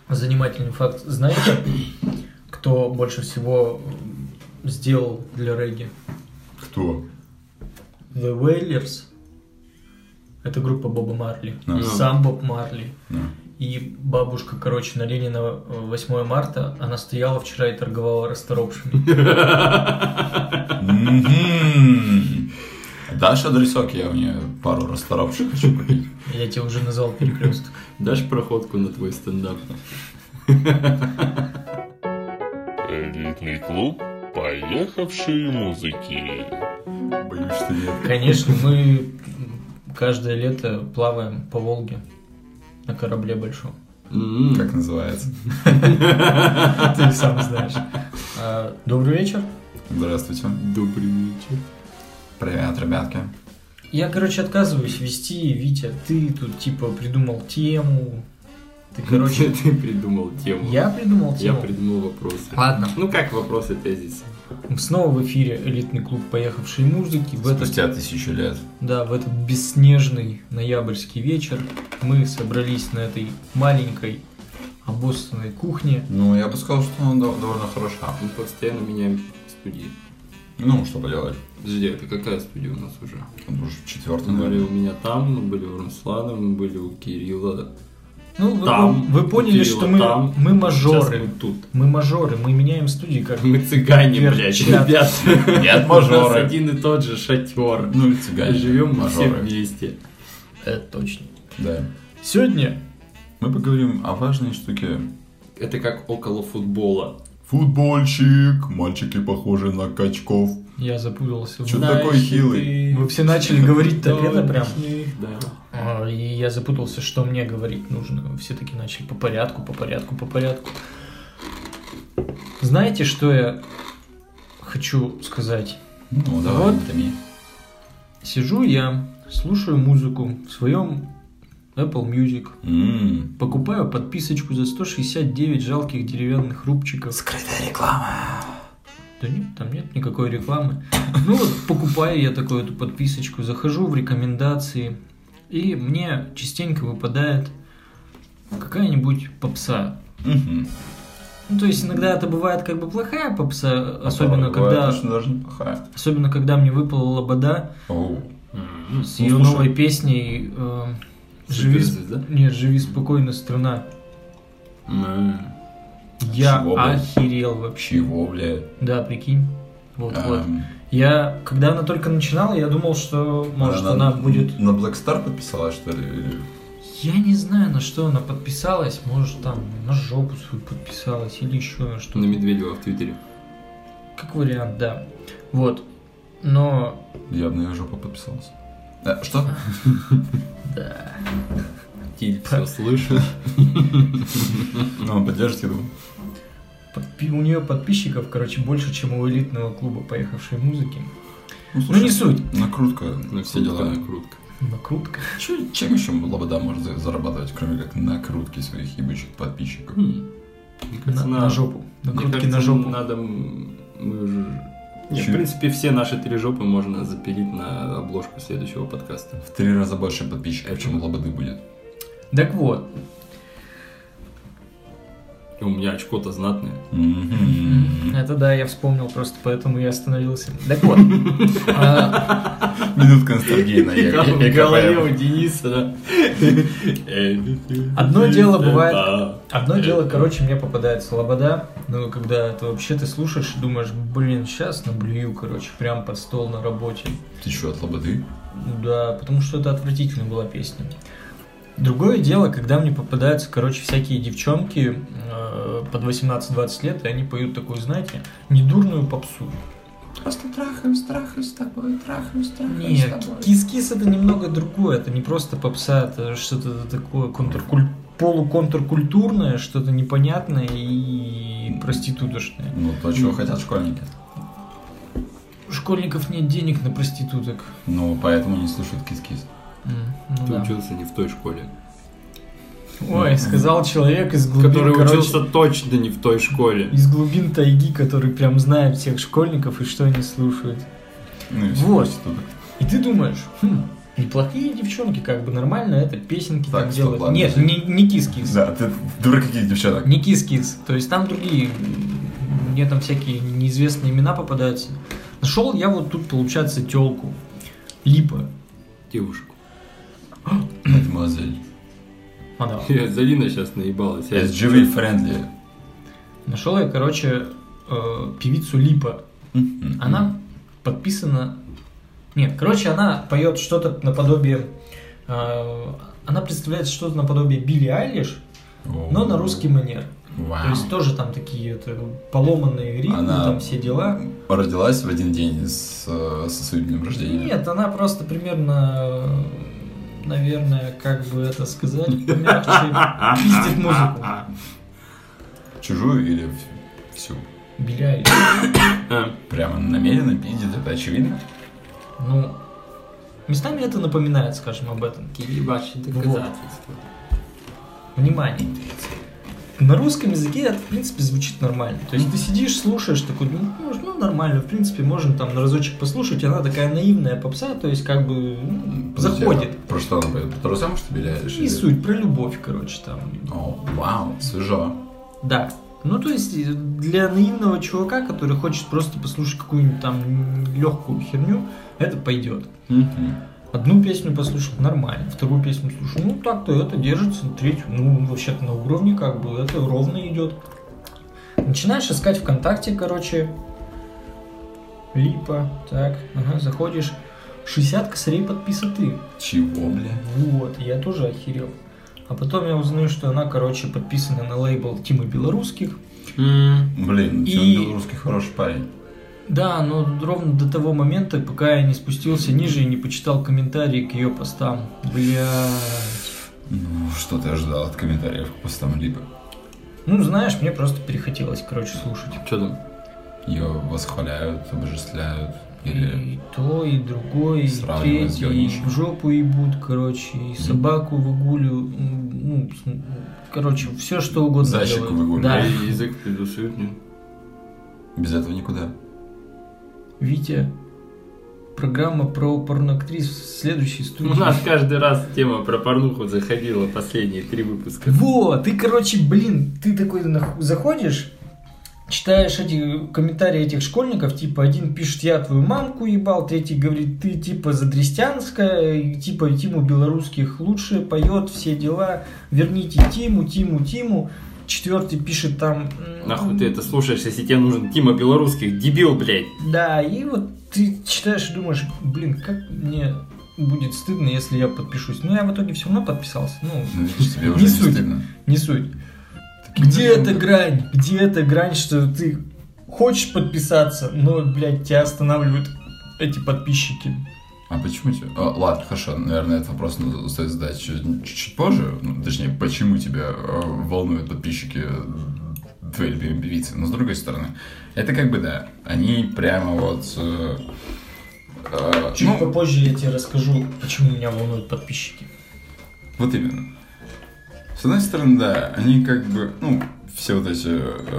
занимательный факт. Знаете, кто больше всего сделал для регги? Кто? The Wailers. Это группа Боба Марли. Сам Боб Марли. И бабушка, короче, на Ленина 8 марта, она стояла вчера и торговала расторопшими. Дашь адресок, я у нее пару расторопших хочу купить. Я тебе уже назвал перекресток. Дашь проходку на твой стендап? Элитный клуб поехавшей музыки. Боюсь, что нет. Конечно, мы каждое лето плаваем по Волге на корабле большом. Как называется? Ты сам знаешь. Добрый вечер. Здравствуйте. Добрый вечер. Привет, ребятки. Я, короче, отказываюсь вести, Витя. Ты тут, типа, придумал тему. Ты, короче... Ты придумал тему. Я придумал Я тему. придумал вопросы. Ладно. Ну как вопросы, тезисы? Снова в эфире элитный клуб поехавшей музыки. Спустя 1000 лет. Да, в этот бесснежный ноябрьский вечер мы собрались на этой маленькой обоссанной кухне. Ну, я бы сказал, что она довольно хороша. Мы постоянно меняем студии. Ну, что поделать. Подожди, это какая студия у нас уже? Он уже 4-й, Мы были наверное. у меня там, мы были у Руслана, мы были у Кирилла. Ну, Там, вы поняли, Кирилла что мы там. мажоры. Сейчас мы тут. Мы мажоры, мы меняем студии как... Мы цыгане, блядь, Перчат. ребят. Нет, У нас мажоры. один и тот же шатер. Ну, или цыгане. Живем мы все мажоры. вместе. Это точно. Да. Сегодня Мы поговорим о важной штуке. Это как около футбола. Футбольщик, мальчики похожи на качков. я запутался. Чё такой хилый? Вы все начали говорить так это прям. Да. И я запутался, что мне говорить нужно. Все таки начали по порядку. Знаете, что я хочу сказать? Ну, давай, Вот. томи. Сижу я, слушаю музыку в своем Apple Music, покупаю подписочку за 169 жалких деревянных рубчиков. Скрытая реклама. Да нет, там нет никакой рекламы. Ну вот покупаю я такую эту подписочку, захожу в рекомендации, и мне частенько выпадает какая-нибудь попса. Ну, то есть иногда это бывает как бы плохая попса, особенно когда... даже неплохая. Особенно когда мне выпала Лобода Оу. с ее новой песней Суперзвезда? «Живи спокойно, страна». Я Чего, блядь? охерел вообще. Чего, блядь? Да, прикинь. Вот. Я, когда она только начинала, я думал, что, может, она будет... На Black Star подписалась, что ли? Или- Я не знаю, на что она подписалась. Может, там на жопу свою подписалась или еще на что. На Медведева в Твиттере. Как вариант, да. Вот. Но... Я бы на ее жопу подписался. Что? Да. Тиль все слышит. Ну, он поддержит, я думаю. У нее подписчиков, короче, больше, чем у элитного клуба поехавшей музыки. Ну, Ну, не суть. Накрутка. Ну, все дела накрутка. Накрутка. Чем еще Лобода может зарабатывать, кроме как накрутки своих ебучих подписчиков? Мне кажется, На жопу. Мне Накрутки кажется, на жопу. надо... Мы уже... Не, в Чё? принципе, все наши 3 жопы можно запилить на обложку следующего подкаста. В 3 раза больше подписчиков, чем у Лободы будет. Так вот. И у меня очко-то знатное. Это да, я вспомнил, просто поэтому я остановился. Так вот. Минутка ностальгии на В голове у Дениса, да. Одно дело бывает... Одно дело, короче, мне попадается Лобода, ну, когда это вообще ты слушаешь и думаешь, блин, сейчас наблюю, короче, прям под стол на работе. Ты что, от Лободы? Да, потому что это отвратительная была песня. Другое дело, когда мне попадаются, короче, всякие девчонки под 18-20 лет, и они поют такую, знаете, недурную попсу. Просто трахаюсь с тобой, трахаюсь с Нет, кис-кис это немного другое, это не просто попса, это что-то такое полуконтркультурное, что-то непонятное и проститутошное. Ну, то, чего хотят школьники. У школьников нет денег на проституток. Ну, поэтому не слушают кис-кис. Ну Ты да. учился не в той школе. Ой, сказал человек из глубин, Который короче, учился точно не в той школе. из глубин тайги, который прям знает всех школьников и что они слушают. Ну, и все Вот. проституток. И ты думаешь, неплохие девчонки, как бы нормально, это песенки Так, там стоп, делают. ладно, Нет, подожди. не кис-кис. Да, ты дура каких девчонок. Не кис-кис. То есть там другие, мне там всякие неизвестные имена попадаются. Нашел я вот тут, получается, тёлку. Липа. Девушку. Мадемуазель. А, да. Залина сейчас наебалась. SGV friendly. Нашел я, короче, певицу Липа. Она подписана... Нет, короче, она поет что-то наподобие... Она представляет что-то наподобие Билли Айлиш, но на русский манер. То есть тоже там такие поломанные ритмы, Она там все дела. Родилась в один день со своим днем рождения. Нет, она просто примерно, наверное, как бы это сказать, помягче, пиздит музыку. Чужую или всю? Билли Айлиш. Прямо намеренно пиздит, это очевидно. Ну, местами это напоминает, скажем, об этом. Ебашь доказательства. Внимание. На русском языке это, в принципе, звучит нормально. То есть ты сидишь, слушаешь, такой, ну нормально, в принципе, можно там на разочек послушать. Она такая наивная попса, то есть как бы заходит. Про что она поет? Про то же самое, что Билли Айлиш? И суть, про любовь, короче, там. О, вау, свежо. Да. Ну, то есть, для наивного чувака, который хочет просто послушать какую-нибудь там легкую херню, это пойдет. Одну песню послушал, нормально. Вторую песню слушал, ну так-то это держится. Третью, ну вообще-то на уровне как бы это ровно идет. Начинаешь искать ВКонтакте, короче. Липа, так, ага, заходишь. 60 косарей подписаны. Чего, бля? Вот, я тоже охерел. А потом я узнаю, что она, короче, подписана на лейбл Тимы Белорусских. Блин, И- белорусский хороший парень. Да, но ровно до того момента, пока я не спустился ниже и не почитал комментарии к ее постам. Блядь. Ну, что ты ожидал от комментариев к постам Липы? Ну, знаешь, мне просто перехотелось, короче, слушать. Что там? Ее восхваляют, обожествляют. Или И то, и другое, и сравнивают с третье, и говнищем. в жопу ебут, короче, и собаку выгуливают, ну, короче, все что угодно Зайчика делают. выгуливают. Да. И язык придушит, не? без этого никуда. Витя, программа про порноактрис в следующей студии. У нас каждый раз тема про порнуху заходила последние 3 выпуска. Вот, ты, короче, блин, ты такой заходишь, читаешь эти комментарии этих школьников, типа, один пишет, я твою мамку ебал, третий говорит, ты, типа, задрестянская, и, типа, Тиму Белорусских лучше поет, все дела, верните Тиму. Четвертый пишет там... Нахуй ты это слушаешь, если тебе нужен Тима Белорусских, дебил, блядь. Да, и вот ты читаешь и думаешь, блин, как мне будет стыдно, если я подпишусь. Ну, я в итоге все равно подписался, ну, Ну, видишь, тебе уже Не не суть. стыдно. не суть. Таким Где людям- эта грань? Где эта грань, что ты хочешь подписаться, но, блядь, тебя останавливают эти подписчики? А почему тебе... ладно, хорошо, наверное, этот вопрос стоит задать чуть-чуть позже. Ну, точнее, почему тебя волнуют подписчики твоей любимой певицы? Но с другой стороны, это как бы да, они прямо вот... Чуть ну, попозже я тебе расскажу, почему меня волнуют подписчики. вот именно. С одной стороны, да, они как бы, ну, все вот эти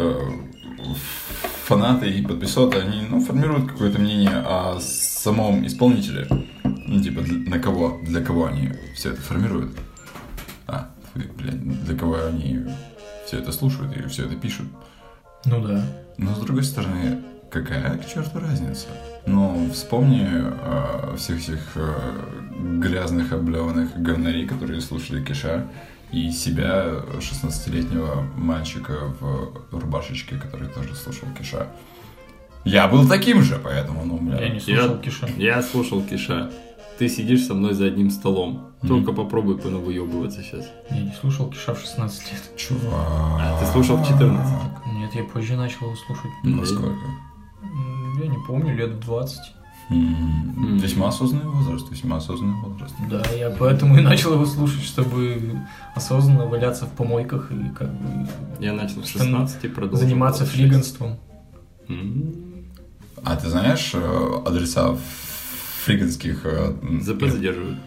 фанаты и подписоты, они, ну, формируют какое-то мнение о самом исполнителе. Ну, типа, для кого они все это формируют. Для кого они все это слушают и все это пишут. Ну да. Но с другой стороны, какая к черту разница? Ну, вспомни всех этих грязных, облеванных говнарей, которые слушали Кеша, и себя, 16-летнего мальчика в рубашечке, который тоже слушал Кеша. Я был таким же, поэтому, ну, бля. Я не слушал Киша. Я слушал Киша. Ты сидишь со мной за одним столом. Только попробуй понавыебываться сейчас. Я не слушал Киша в 16 лет. Чувак. А ты слушал в 14? Нет, я позже начал его слушать. Насколько? Я не помню, лет в 20. Весьма осознанный возраст. Да, я поэтому и начал его слушать, чтобы осознанно валяться в помойках и как бы Я начал в 16 и продолжил. заниматься 26. фриганством. А ты знаешь адреса фриганских... ЗП задерживают.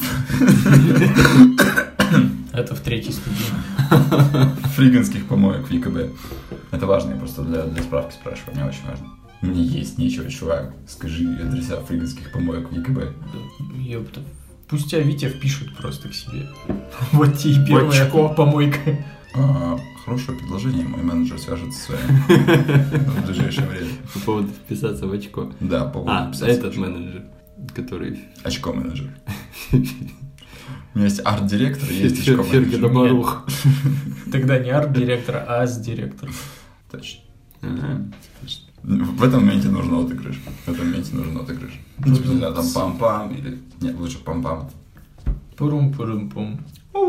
Это в 3-й студии. фриганских помоек в ЕКБ. Это важно, я просто для справки спрашиваю, мне очень важно. Мне есть нечего, чувак. Скажи адреса фриганских помоек в ЕКБ. Да, ёпта. Пусть тебя Витя впишут просто к себе. Вот тебе и первая помойка. Хорошее предложение, мой менеджер свяжется с вами в ближайшее время. По поводу вписаться в очко. Да, по поводу вписаться в этот очко. менеджер, который... Очко-менеджер. У меня есть арт-директор, есть Ферги очко-менеджер. Домарух. Тогда не арт-директор, а ас-директор. Точно. Ага. В этом моменте нужен отыгрыш. Ну, типа, не знаю, там пам-пам или... Нет, лучше пам-пам. Пурум-пурум-пум.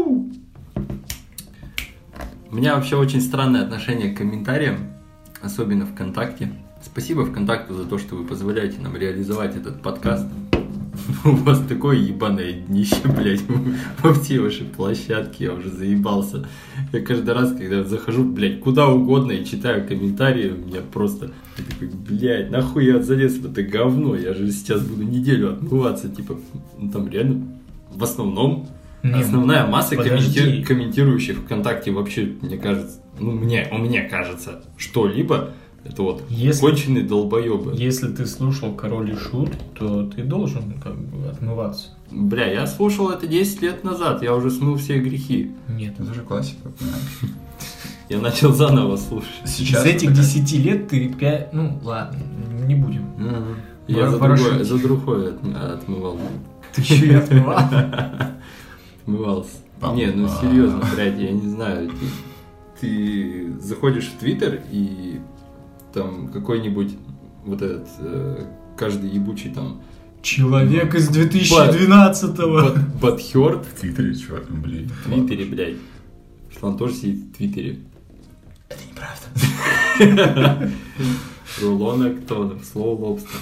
У меня вообще очень странное отношение к комментариям, особенно ВКонтакте. Спасибо ВКонтакту за то, что вы позволяете нам реализовать этот подкаст. У вас такое ебаное днище, блядь, во все ваши площадки, я уже заебался. Я каждый раз, когда захожу, блядь, куда угодно и читаю комментарии, у меня просто... Я такой, блядь, нахуй я залез в это говно, я же сейчас буду неделю отмываться, типа, ну там реально, в основном... Основная масса комментирующих ВКонтакте вообще, мне кажется, ну, мне кажется, что-либо, это вот конченые долбоебы. Если ты слушал «Король и Шут», то ты должен как бы отмываться. Бля, я слушал это 10 лет назад, я уже смыл все грехи. Нет. Это же классика, понимаешь? Я начал заново слушать. Сейчас из этих 10 лет ты 5... Ну, ладно, не будем. Я за другое отмывал. Ты еще и отмывал? Отмывался. Не, ну серьезно, блядь, я не знаю. Ты заходишь в Твиттер и там какой-нибудь вот этот каждый ебучий там человек из 2012-го. Бадхёрд. В Твиттере, чувак, блин. В Твиттере, блядь. Что он тоже сидит в Твиттере. Это неправда. Рулон Актонов, слово лобстер.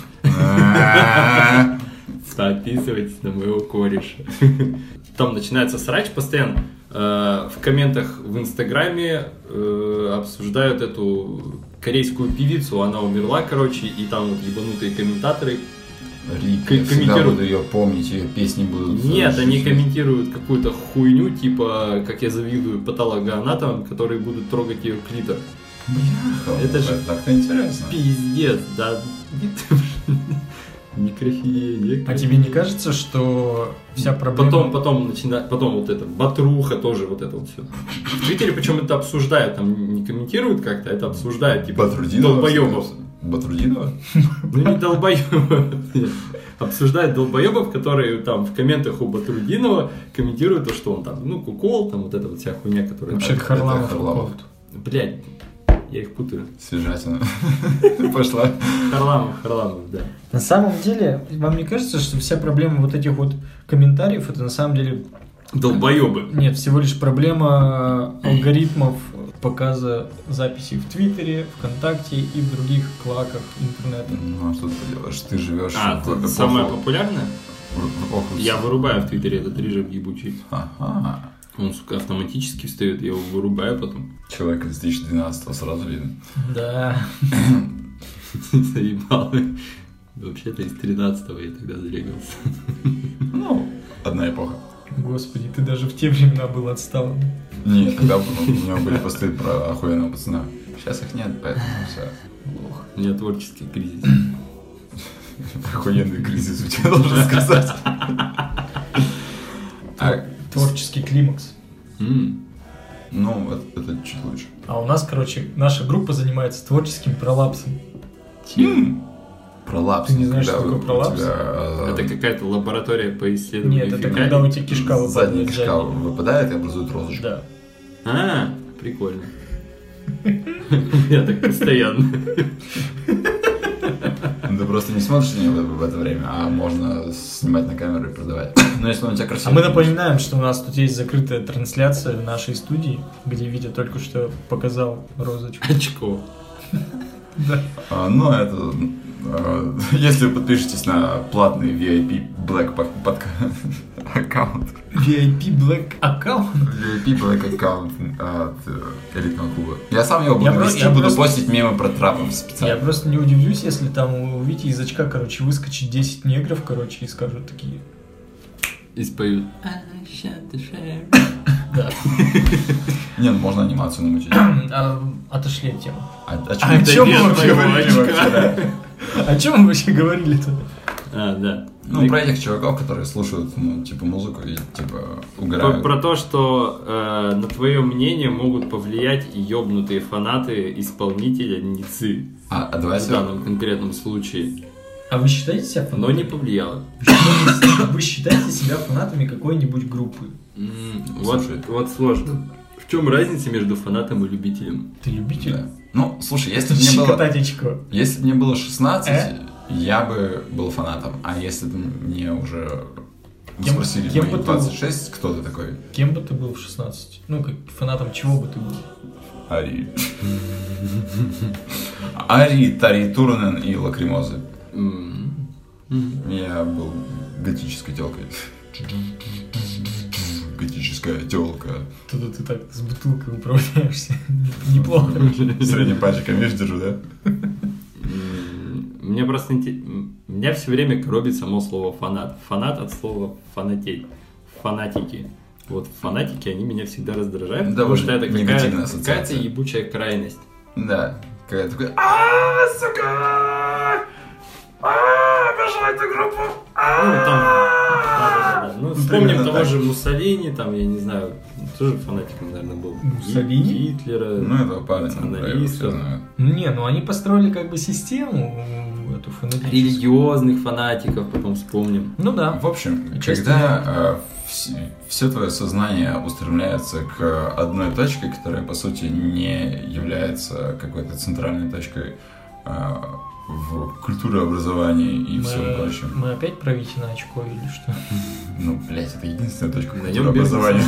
Подписывайтесь на моего кореша. Там начинается срач постоянно. В комментах в Инстаграме обсуждают эту корейскую певицу. Она умерла, короче, и там вот ебанутые комментаторы всегда буду ее помнить, ее песни будут... Нет, они комментируют какую-то хуйню, типа, как я завидую патологоанатомам, которые будут трогать ее клитор. Бляха, это же так-то интересно. Пиздец, да. Некрофилия. А тебе не кажется, что вся проблема... Потом вот это, батруха тоже, вот это вот все. В Твиттере причем это обсуждают, там не комментируют как-то, это обсуждают, типа, долбоебов. Батрудинова? Ну не долбоебов. Обсуждают долбоебов, которые там в комментах у Батрудинова комментируют то, что он там, ну, кукол, там вот эта вот вся хуйня, которая... Вообще-то Харламов. Блядь, я их путаю. Свежатина. Пошла. Харламов, да. На самом деле, вам не кажется, что вся проблема вот этих вот комментариев, это на самом деле... Долбоебы. Нет, всего лишь проблема алгоритмов показа записей в Твиттере, ВКонтакте и в других клаках интернета. Ну, а что ты поделаешь? Ты живешь в эпоху... Самое популярное? В эпоху... Я вырубаю в Твиттере этот режим ебучий. Ага. Он, сука, автоматически встает, я его вырубаю потом. Человек из 2012-го сразу видно. Да. Заебал. Вообще-то из 13-го я тогда зарегался. Ну, одна эпоха. Господи, ты даже в те времена был отсталым. Нет, тогда у него были посты про охуенного пацана. Сейчас их нет, поэтому все. У меня творческий кризис. Охуенный кризис у тебя, должен сказать. Творческий климакс. Ну, это чуть лучше. А у нас, короче, наша группа занимается творческим пролапсом. Пролапс. Ты не знаешь, что такое пролапс? Это какая-то лаборатория по исследованию Нет, это фекалий? когда у тебя кишка выпадает. Задняя кишка выпадает и образует розочку. Да. А, прикольно. Я так постоянно. Ты просто не смотришь на него в это время, а можно снимать на камеру и продавать. Но если он у тебя красивый... А мы напоминаем, что у нас тут есть закрытая трансляция в нашей студии, где Витя только что показал розочку. Очко. Да. Ну, это... Если вы подпишетесь на платный VIP Black аккаунт. VIP Black аккаунт? VIP Black аккаунт от элитного клуба. Я сам его буду вести, буду постить мемы про трапов специально. Я просто не удивлюсь, если там у Вити из очка, короче, выскочит 10 негров, короче, и скажут такие... И споют. Да. Не, ну можно анимацию намутить. Отошли от темы. О чем мы вообще говорили вчера? О чем мы вообще говорили-то? А, да. Ну, про этих чуваков, которые слушают, ну, типа, музыку и, типа, угорают. Про то, что на твое мнение могут повлиять и ёбнутые фанаты исполнителя ницы. Давайте... В данном конкретном случае. А вы считаете себя фанатами? Но не повлияло. Вы считаете себя фанатами какой-нибудь группы? Вот сложно. В чем разница между фанатом и любителем? Ты любитель? Да. Ну, слушай, если бы мне было 16, я бы был фанатом. А если бы мне уже спросили, кем мои бы 26, кто ты такой? Кем бы ты был в 16? Ну, как фанатом чего бы ты был? Ари. Ари, Тари Турунен и Лакримозы. Я был готической телкой. Готическая телка. Тут ты так с бутылкой управляешься. Неплохо. Средним пальчиком, видишь, держу, да? Мне просто меня все время коробит само слово фанат. Фанат от слова фанатеть. Фанатики. Вот фанатики, они меня всегда раздражают, потому что это какая-то ебучая крайность. Да. Какая-то такая, сука! Обожаю эту группу! Ну, вспомним того же Муссолини, там, я не знаю, тоже фанатиком, наверное, был. Муссолини? Гитлера, ну, этого парня, националистов. Не, ну они построили как бы систему эту фанатическую. Религиозных фанатиков, потом вспомним. Ну да. В общем, когда все твое сознание устремляется к одной точке, которая, по сути, не является какой-то центральной точкой в культурообразовании и всем прочем. Мы опять про Витина очко или что? Ну, блять, это единственная точка культурообразования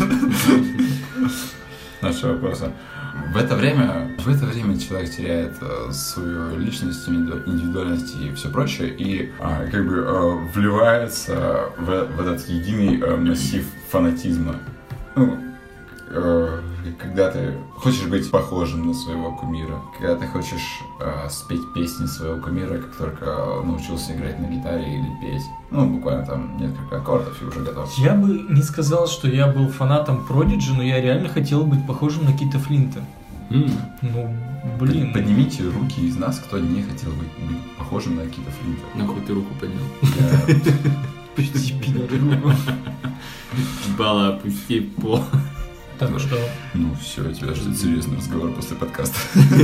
нашего вопроса. В это время человек теряет свою личность, индивидуальность и все прочее, и как бы вливается в этот единый массив фанатизма. Ну, когда ты хочешь быть похожим на своего кумира, когда ты хочешь спеть песни своего кумира, как только научился играть на гитаре или петь. Ну, буквально там несколько аккордов и уже готов. Я бы не сказал, что я был фанатом Продиджи, но я реально хотел быть похожим на Кита Флинта. Ну, блин. Поднимите руки из нас, кто не хотел быть похожим на Кита Флинта. Нахуй ты руку поднял? Пусти руку. Бала, опусти пол. Так что... Ну все, тебя ждет серьезный разговор после подкаста.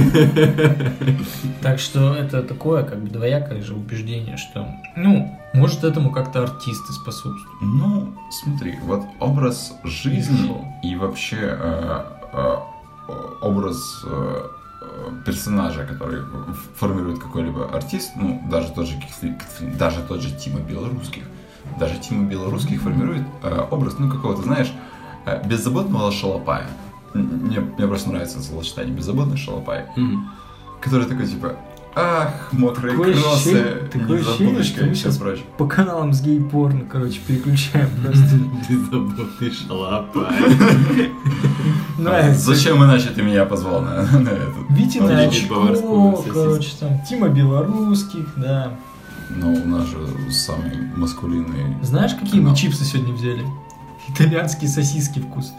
Так что это такое, как бы, двоякое же убеждение, что, ну, может этому как-то артисты способствуют. Ну, смотри, вот образ жизни и вообще образ персонажа, который формирует какой-либо артист, ну, даже тот же Тима Белорусских формирует образ, ну, какого-то, знаешь, беззаботного шалопая. Мне просто нравится словосочетание беззаботный шалопай, который такой типа, ах, мокрые кроссы, незабудочка и все прочее. По каналам с гей-порно, короче, переключаем просто. Беззаботный шалопай. Зачем иначе ты меня позвал на этот? Витина очко, короче, там, Тима Белорусских, да. Ну, у нас же самый маскулинный. Знаешь, какие мы чипсы сегодня взяли? Итальянские сосиски вкус.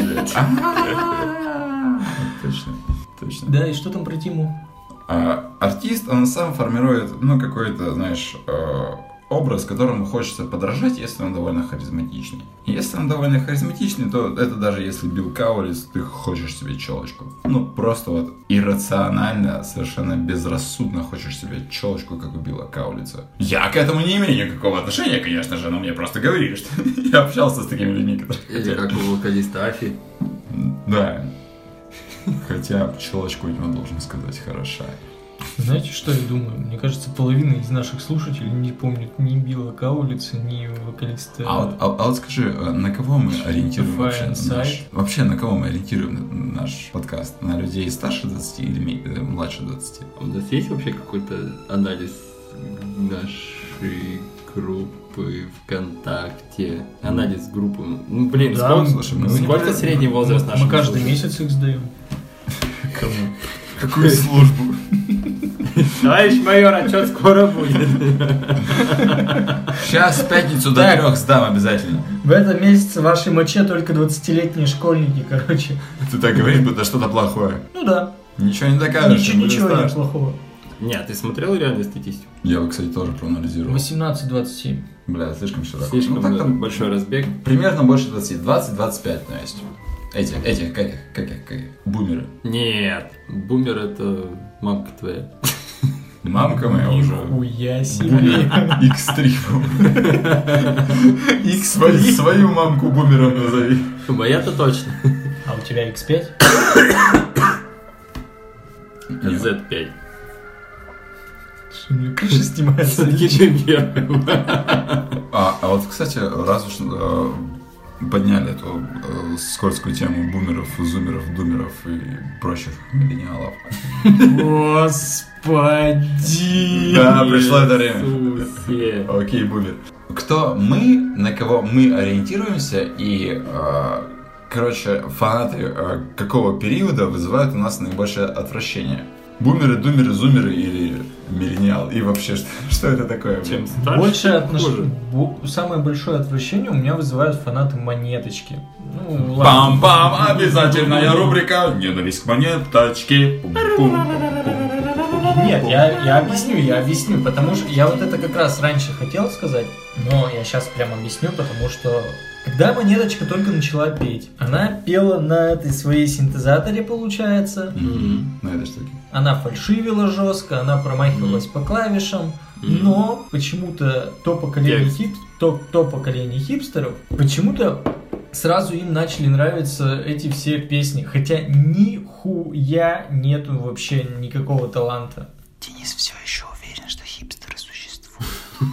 Точно. Да, и что там про Тиму? Артист, он сам формирует, ну, какой-то, знаешь, образ, которому хочется подражать, если он довольно харизматичный. Если он довольно харизматичный, то это даже если Билл Каулиц, ты хочешь себе челочку. Ну, просто вот иррационально, совершенно безрассудно хочешь себе челочку, как у Билла Каулица. Я к этому не имею никакого отношения, конечно же, но мне просто говорили, что я общался с такими людьми, которые... Или как у вокалиста Афи. Да. Хотя челочка у него, должен сказать, хороша. Знаете, что я думаю? Мне кажется, половина из наших слушателей не помнит ни Билла Каулица, ни вокалиста. А вот скажи, на кого мы ориентируем вообще на кого мы ориентируем наш подкаст? На людей старше 20 или младше 20? У нас есть вообще какой-то анализ нашей группы ВКонтакте? Анализ группы. Ну, блин, да, сколько средний возраст нашего? Мы каждый месяц их сдаем. Кому? Какую службу? Товарищ майор, отчет скоро будет. Сейчас в пятницу до 3 сдам обязательно. В этом месяце в вашей моче только 20-летние школьники, короче. Ты так говоришь, будто что-то плохое. Ну да. Ничего не докажешь. Ничего нет плохого. Нет, ты смотрел реальную статистику? Я бы, кстати, тоже проанализировал. 18-27. Бля, слишком широко. Слишком так там большой разбег. примерно больше 20. 20-25, ну, есть. Эти, как их? Бумеры. Нет, бумер это мамка твоя. Мамка моя уже. Нихуя себе. X3. Свою мамку бумером назови. Моя-то точно. А у тебя X5? Z5. Что, мне крыша снимается? А вот, кстати, раз уж подняли эту скользкую тему бумеров, зумеров, думеров и прочих миллениалов. Господи! Да, пришло это время. Иисусе. Окей, бумер. Кто мы, на кого мы ориентируемся и, короче, фанаты какого периода вызывают у нас наибольшее отвращение? Бумеры, думеры, зумеры или миллениал? И вообще, что это такое? Чем старше, Больше хуже. Самое большое отвращение у меня вызывают фанаты монеточки. Ну, ладно. Пам-пам, обязательная рубрика «Ненависть к монеточке». Нет, я объясню, потому что я вот это как раз раньше хотел сказать, но я сейчас прям объясню, потому что когда монеточка только начала петь, она пела на этой своей синтезаторе, получается, На этой штуке. она фальшивила жестко, она промахивалась по клавишам, но почему-то то поколение хипстеров, почему-то сразу им начали нравиться эти все песни, хотя нихуя нету вообще никакого таланта. Денис все еще уверен, что хипстеры существуют.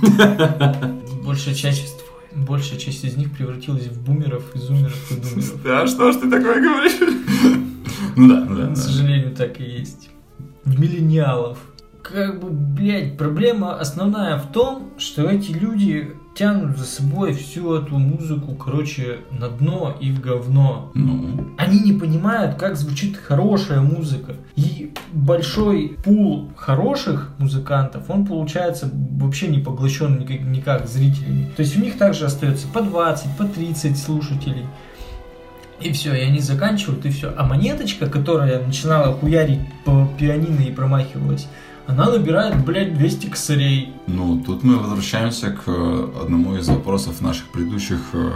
Большая часть из них превратилась в бумеров, и зумеров, и думеров. Да, что ж ты такое говоришь? Ну да. К сожалению, так и есть. В миллениалов. Как бы, блядь, проблема основная в том, что эти люди тянут за собой всю эту музыку, короче, на дно и в говно. Ну. Они не понимают, как звучит хорошая музыка. И большой пул хороших музыкантов, он получается вообще не поглощен никак зрителями. То есть у них также остается по 20, по 30 слушателей. И все, и они заканчивают, и все. А монеточка, которая начинала хуярить по пианино и промахивалась, она набирает, блядь, 200 косарей. Ну, тут мы возвращаемся к одному из вопросов наших предыдущих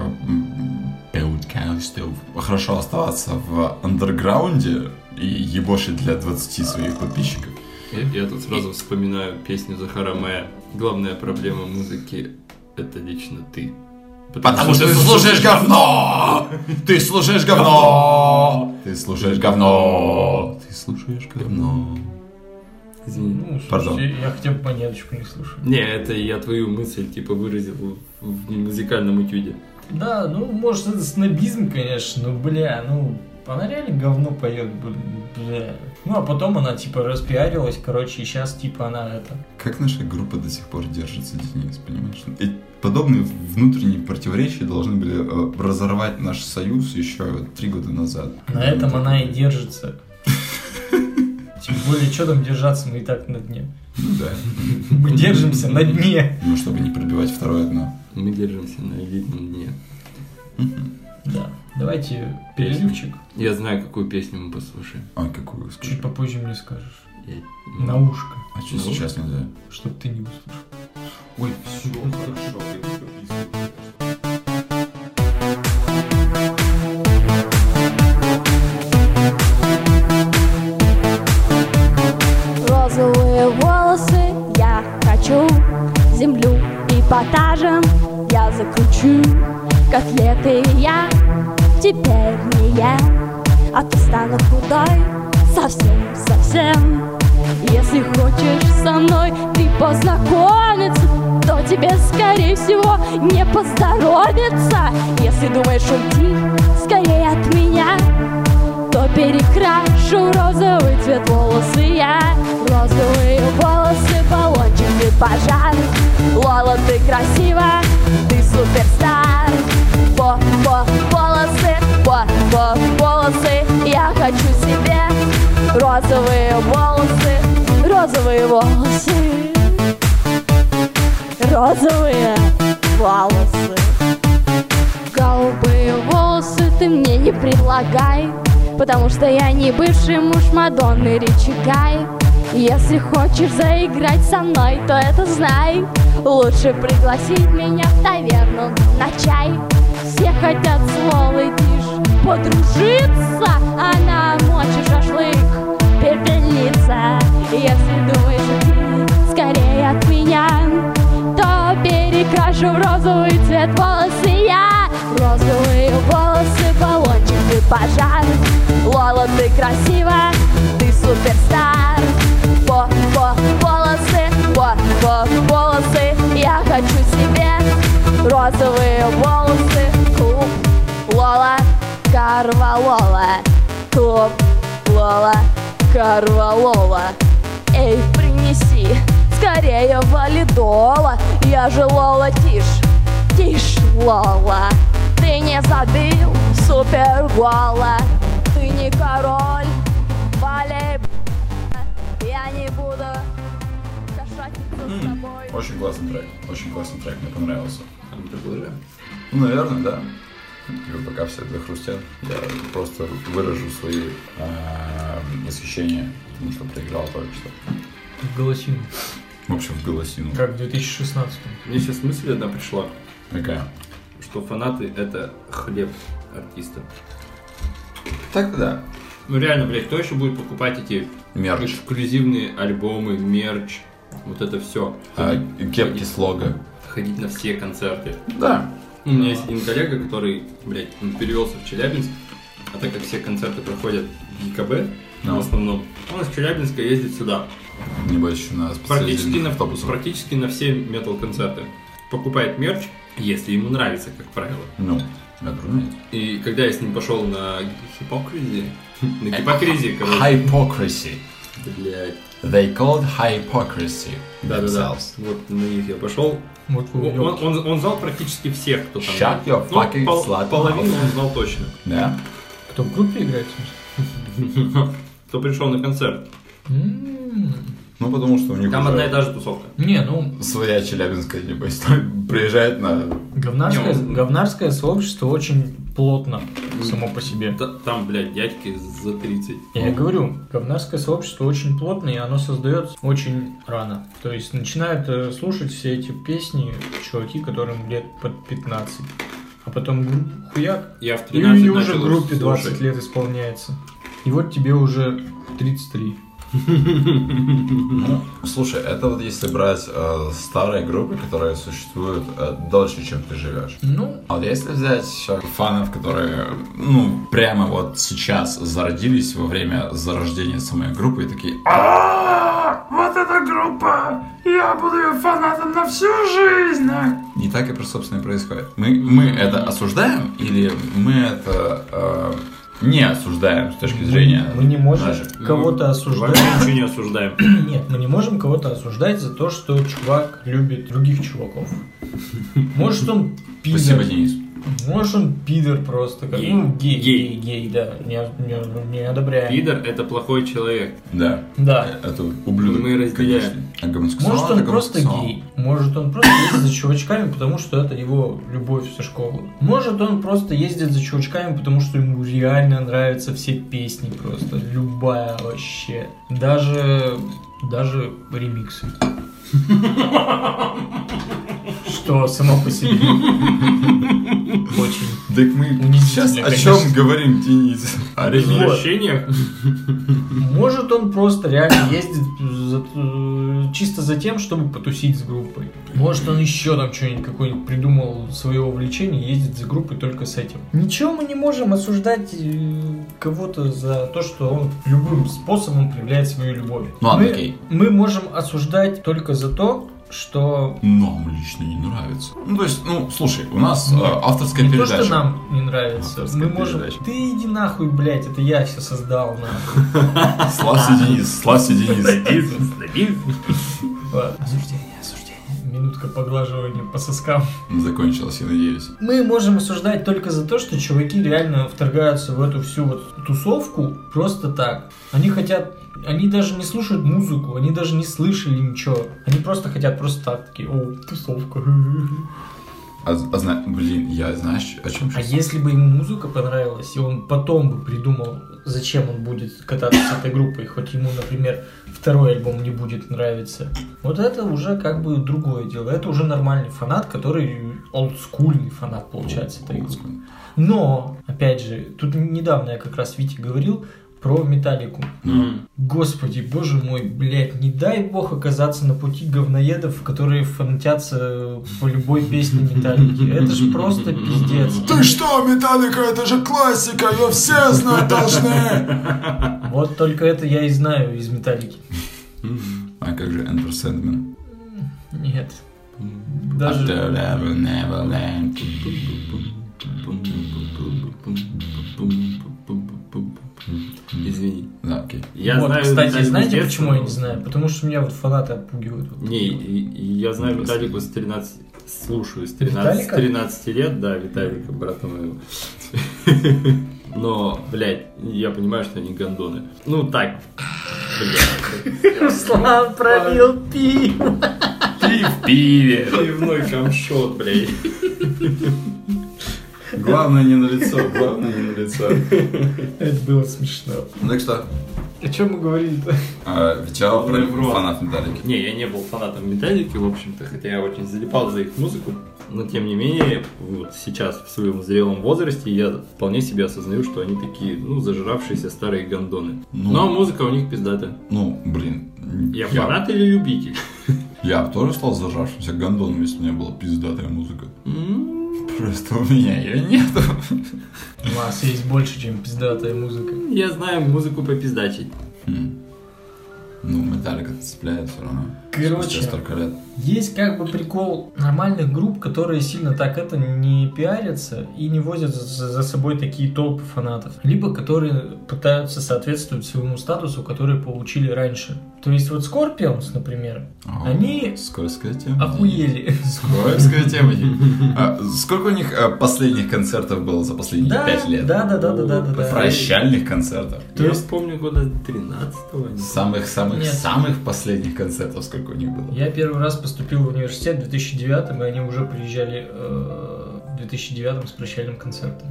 подкастов. Хорошо оставаться в андерграунде и ебошить для 20 своих подписчиков. Я тут сразу вспоминаю песню Захара Мая. Главная проблема музыки — это лично ты. Потому что ты слушаешь говно! Ты слушаешь говно! Ты слушаешь говно! Ты слушаешь говно! Извини. Ну, Пардон. слушайте, я хотя бы монеточку не слушаю. Не, это я твою мысль типа выразил в музыкальном этюде. Да, ну, может, это снобизм, конечно, но, бля, ну, она реально говно поет, бля. Ну, а потом она, типа, распиарилась, короче, и сейчас, типа, она это... Как наша группа до сих пор держится, Денис, понимаешь? И подобные внутренние противоречия должны были разорвать наш союз еще 3 года назад. На этом она и держится. Тем более, что там держаться, мы и так на дне. Ну да. Мы держимся на дне. Ну, чтобы не пробивать второе дно. Мы держимся на элитном дне. Да. Давайте перерывчик. Я знаю, какую песню мы послушаем. А, какую? Скажи. Чуть попозже мне скажешь. Я- На ушко. А что сейчас нельзя? Чтоб ты не услышал. Ой, все, хорошо. Розовые волосы я хочу, землю эпатажем я закручу. Котлеты я теперь не ем, а то стану худой совсем. Если хочешь со мной ты познакомиться, то тебе, скорее всего, не поздоровится. Если думаешь уйти скорее от меня, то перекрашу розовый цвет волосы я. Розовые волосы, баллончик и пожар. Лола, ты красива, ты суперстар. Волосы, я хочу себе розовые волосы, розовые волосы, розовые волосы. Голубые волосы ты мне не предлагай, потому что я не бывший муж Мадонны Ричи Гай. Если хочешь заиграть со мной, то это знай. Лучше пригласить меня в таверну на чай. Все хотят сволочь подружиться, а на мочи шашлык пепелиться. Если думаешь ты скорее от меня, то перекрашу в розовый цвет волосы я. Розовые волосы, баллончик и пожар. Лола, ты красива, ты суперстар. Волосы, я хочу себе розовые волосы. Клуб Лола, Карвалола. Клуб Лола, Карвалола. Эй, принеси скорее валидола. Я же Лола, тишь, Лола. Ты не забил супер гола. Ты не король волейбола. Я не буду кошатиться с тобой. Очень классный трек, мне понравился. Продолжаем. Ну, наверное, да. И пока все это хрустят, я просто выражу свои восхищения, потому что проиграл только что. В голосину. В общем, в голосину. Как в 2016. Мне сейчас мысль одна пришла, Какая? что фанаты — это хлеб артиста. Так да. Ну реально, блядь, кто еще будет покупать эти Мерч. эксклюзивные альбомы, мерч, вот это все. Кепки с лого. Ходить на все концерты. Да. У меня есть один коллега, который, блядь, он перевелся в Челябинск, а так как все концерты проходят в ЕКБ, в основном, он из Челябинска ездит сюда. Небось еще на специализированных автобусах. Практически на все метал-концерты. Покупает мерч, если ему нравится, как правило. Ну, разумеется. И когда я с ним пошел на Hypocrisy, короче. Hypocrisy. Блядь. They called hypocrisy. Да-да-да. Вот на них я пошел. Вот вы Он знал практически всех, кто там. Shut your fucking slut половину mouth. он знал точно. Да. Кто в группе играет? Кто пришел на концерт. Ну, потому что у них Там уже одна и та же тусовка. Не, ну, своя челябинская, небось, приезжает на... говнарское сообщество очень плотно само по себе. Там, блядь, дядьки за 30. Я и говорю, говнарское сообщество очень плотное, и оно создается очень рано. То есть начинают слушать все эти песни чуваки, которым лет под 15. А потом хуяк, Я в и 13 уже начал в группе 20 слушать. лет исполняется. И вот тебе уже 33. Ну, слушай, это вот если брать старые группы, которые существуют дольше, чем ты живешь. Ну, А вот если взять фанов, которые, ну, прямо вот сейчас зародились во время зарождения самой группы и такие: вот эта группа! Я буду ее фанатом на всю жизнь! Не так и, собственно, и происходит. Мы это осуждаем или мы это... не осуждаем с точки зрения... мы не можем наших. кого-то осуждать. Вообще ничего не осуждаем. Нет, мы не можем кого-то осуждать за то, что чувак любит других чуваков. Может он пидор. Спасибо, Денис. Может он пидор просто. Как, Гей. ну, гей, да. Не одобряем. Пидор — это плохой человек. Да. Да. Это ублюдок. Мы разделяем. Конечно. А гомосексуал Может это он просто гомосексуал. гей. Может он просто ездит за чувачками, потому что это его любовь со школы. Может он просто ездит за чувачками, потому что ему реально нравятся все песни просто. Любая вообще. Даже ремиксы. Что само по себе очень Так мы унизительно, сейчас о чем конечно. говорим, Денис? О ремиксе. Возвращение. Может он просто реально ездит чисто за тем, чтобы потусить с группой. Может он еще там что-нибудь какое-нибудь придумал свое увлечение и ездит за группой только с этим. Ничего мы не можем осуждать кого-то за то, что он любым способом проявляет свою любовь. Ну ладно, окей. Мы можем осуждать только за то, что... Нам лично не нравится. Ну, то есть, ну, слушай, у нас авторская не передача. то, что нам не нравится. Авторская Мы можем... передача. Ты иди нахуй, блядь, это я все создал, нахуй. Славься, Денис, славься, Денис. Ладно. Осуждение. Минутка поглаживания по соскам. Закончилось, я надеюсь. Мы можем осуждать только за то, что чуваки реально вторгаются в эту всю вот тусовку просто так. Они хотят... Они даже не слушают музыку, они даже не слышали ничего. Они просто хотят просто так, такие: о, тусовка. Блин, я знаешь, о чем А сейчас? если бы ему музыка понравилась, и он потом бы придумал зачем он будет кататься с этой группой, хоть ему, например, второй альбом не будет нравиться. Вот это уже как бы другое дело. Это уже нормальный фанат, который олдскульный фанат, получается, этой группы. Но, опять же, тут недавно я как раз Вите говорил про Металлику. Господи, боже мой, блядь, не дай бог оказаться на пути говноедов, которые фанатятся по любой песне Металлики. Это же просто пиздец. Ты что, Металлика, это же классика, ее все знать должны! Вот только это я и знаю из Металлики. А как же Enter Sandman? Нет. Даже... Извини. Да, окей. Я вот, знаю кстати, Металлику знаете, с детства, почему я но- не знаю? Потому что меня вот фанаты отпугивают. Не, я знаю Металлику с 13... Слушаю с 13, Виталика? с 13 лет, да, Виталика, брата моего. Но, блядь, я понимаю, что они гондоны. Ну, так, блядь. Руслан пробил пиво. Ты в пиве. Пивной камшот, блядь. Главное не на лицо, главное не на лицо. Это было смешно. Ну так что, О чем мы говорили-то? Вичал про Врот. фанат Металлики. Не, я не был фанатом Металлики, в общем-то, хотя я очень залипал за их музыку. Но, тем не менее, вот сейчас, в своем зрелом возрасте, я вполне себе осознаю, что они такие, ну, зажравшиеся старые гондоны. Ну. Но музыка у них пиздатая. Ну, блин. Я фанат или любитель? Я бы тоже стал зажравшимся гондоном, если у меня была пиздатая музыка. Просто у меня ее нету. У вас есть больше, чем пиздатая музыка. Я знаю музыку попиздачить. Ну, Металлика цепляет все равно. Короче. Спустя столько лет. Есть как бы прикол нормальных групп, которые сильно так это не пиарятся и не возят за собой такие толпы фанатов. Либо которые пытаются соответствовать своему статусу, который получили раньше. То есть вот Scorpions, например, они Скользкая тема. охуели. Скользкая тема. Сколько у них последних концертов было за последние 5 лет? Да. Прощальных концертов. То есть помню года 13-го. Самых последних концертов сколько у них было? Я первый раз поступил в университет в 2009-м, и они уже приезжали в 2009-м с прощальным концертом.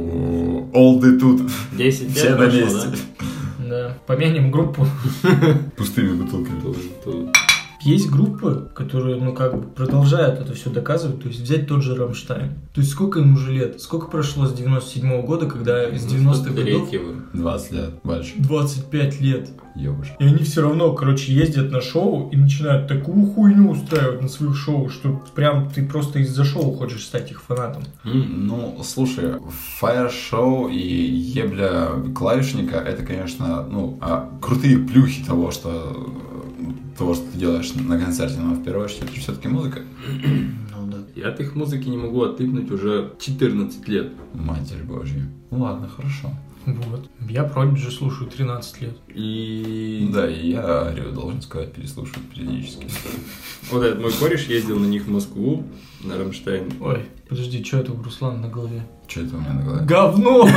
Олды тут. 10 лет Все на прошло, месте. Да. Помянем группу. Пустыми бутылками. да? Есть группы, которые, ну, как бы продолжают это все доказывать. То есть взять тот же Рамштайн. То есть сколько им уже лет? Сколько прошло с 97-го года, когда из 90-х годов 20 лет. Больше. 25 лет. Ёбушка. И они все равно, короче, ездят на шоу и начинают такую хуйню устраивать на своих шоу, что прям ты просто из-за шоу хочешь стать их фанатом. Ну, слушай, фаер-шоу и ебля клавишника, это, конечно, ну, крутые плюхи того, что ты делаешь на концерте, но в первую очередь это все-таки музыка. Ну да. Я от их музыки не могу отлипнуть уже 14 лет. Матерь Божья. Ну ладно, хорошо. Вот. Я Продиджи слушаю 13 лет. И Да, и я Арию, должен сказать, переслушиваю периодически. вот этот мой кореш ездил на них в Москву, на Рамштайн. Ой, подожди, что это у Руслана на голове? Что это у меня на голове? Говно!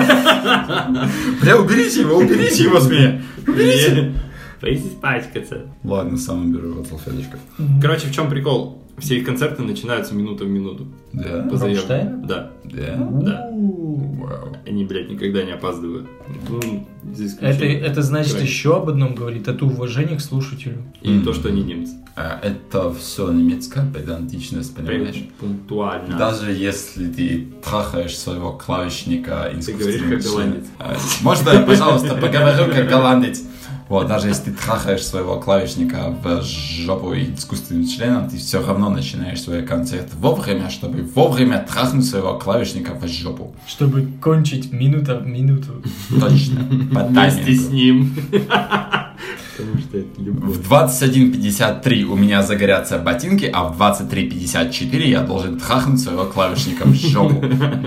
Бля, уберите его с меня! Боитесь испачкаться. Ладно, сам беру вот салфеточку. Короче, в чем прикол? Все их концерты начинаются минута в минуту. Да? По заявке. Рамштайна? Да. Да? Да. Вау. Они, блядь, никогда не опаздывают. Ну, за исключением. Это значит Крайне. еще об одном говорит, это уважение к слушателю. И то, что они немцы. Это все немецкая педантичность, понимаешь? Пунктуально. Даже если ты трахаешь своего клавишника Ты говоришь как голландец. Можно я, пожалуйста, поговорю как голландец? Вот, даже если ты трахаешь своего клавишника в жопу искусственным членом, ты все равно начинаешь свой концерт вовремя, чтобы вовремя трахнуть своего клавишника в жопу. Чтобы кончить минута в минуту. Точно. По Вместе с таймингу. ним. Потому что это любовь. В 21:53 у меня загорятся ботинки, а в 23:54 я должен трахнуть своего клавишника в жопу.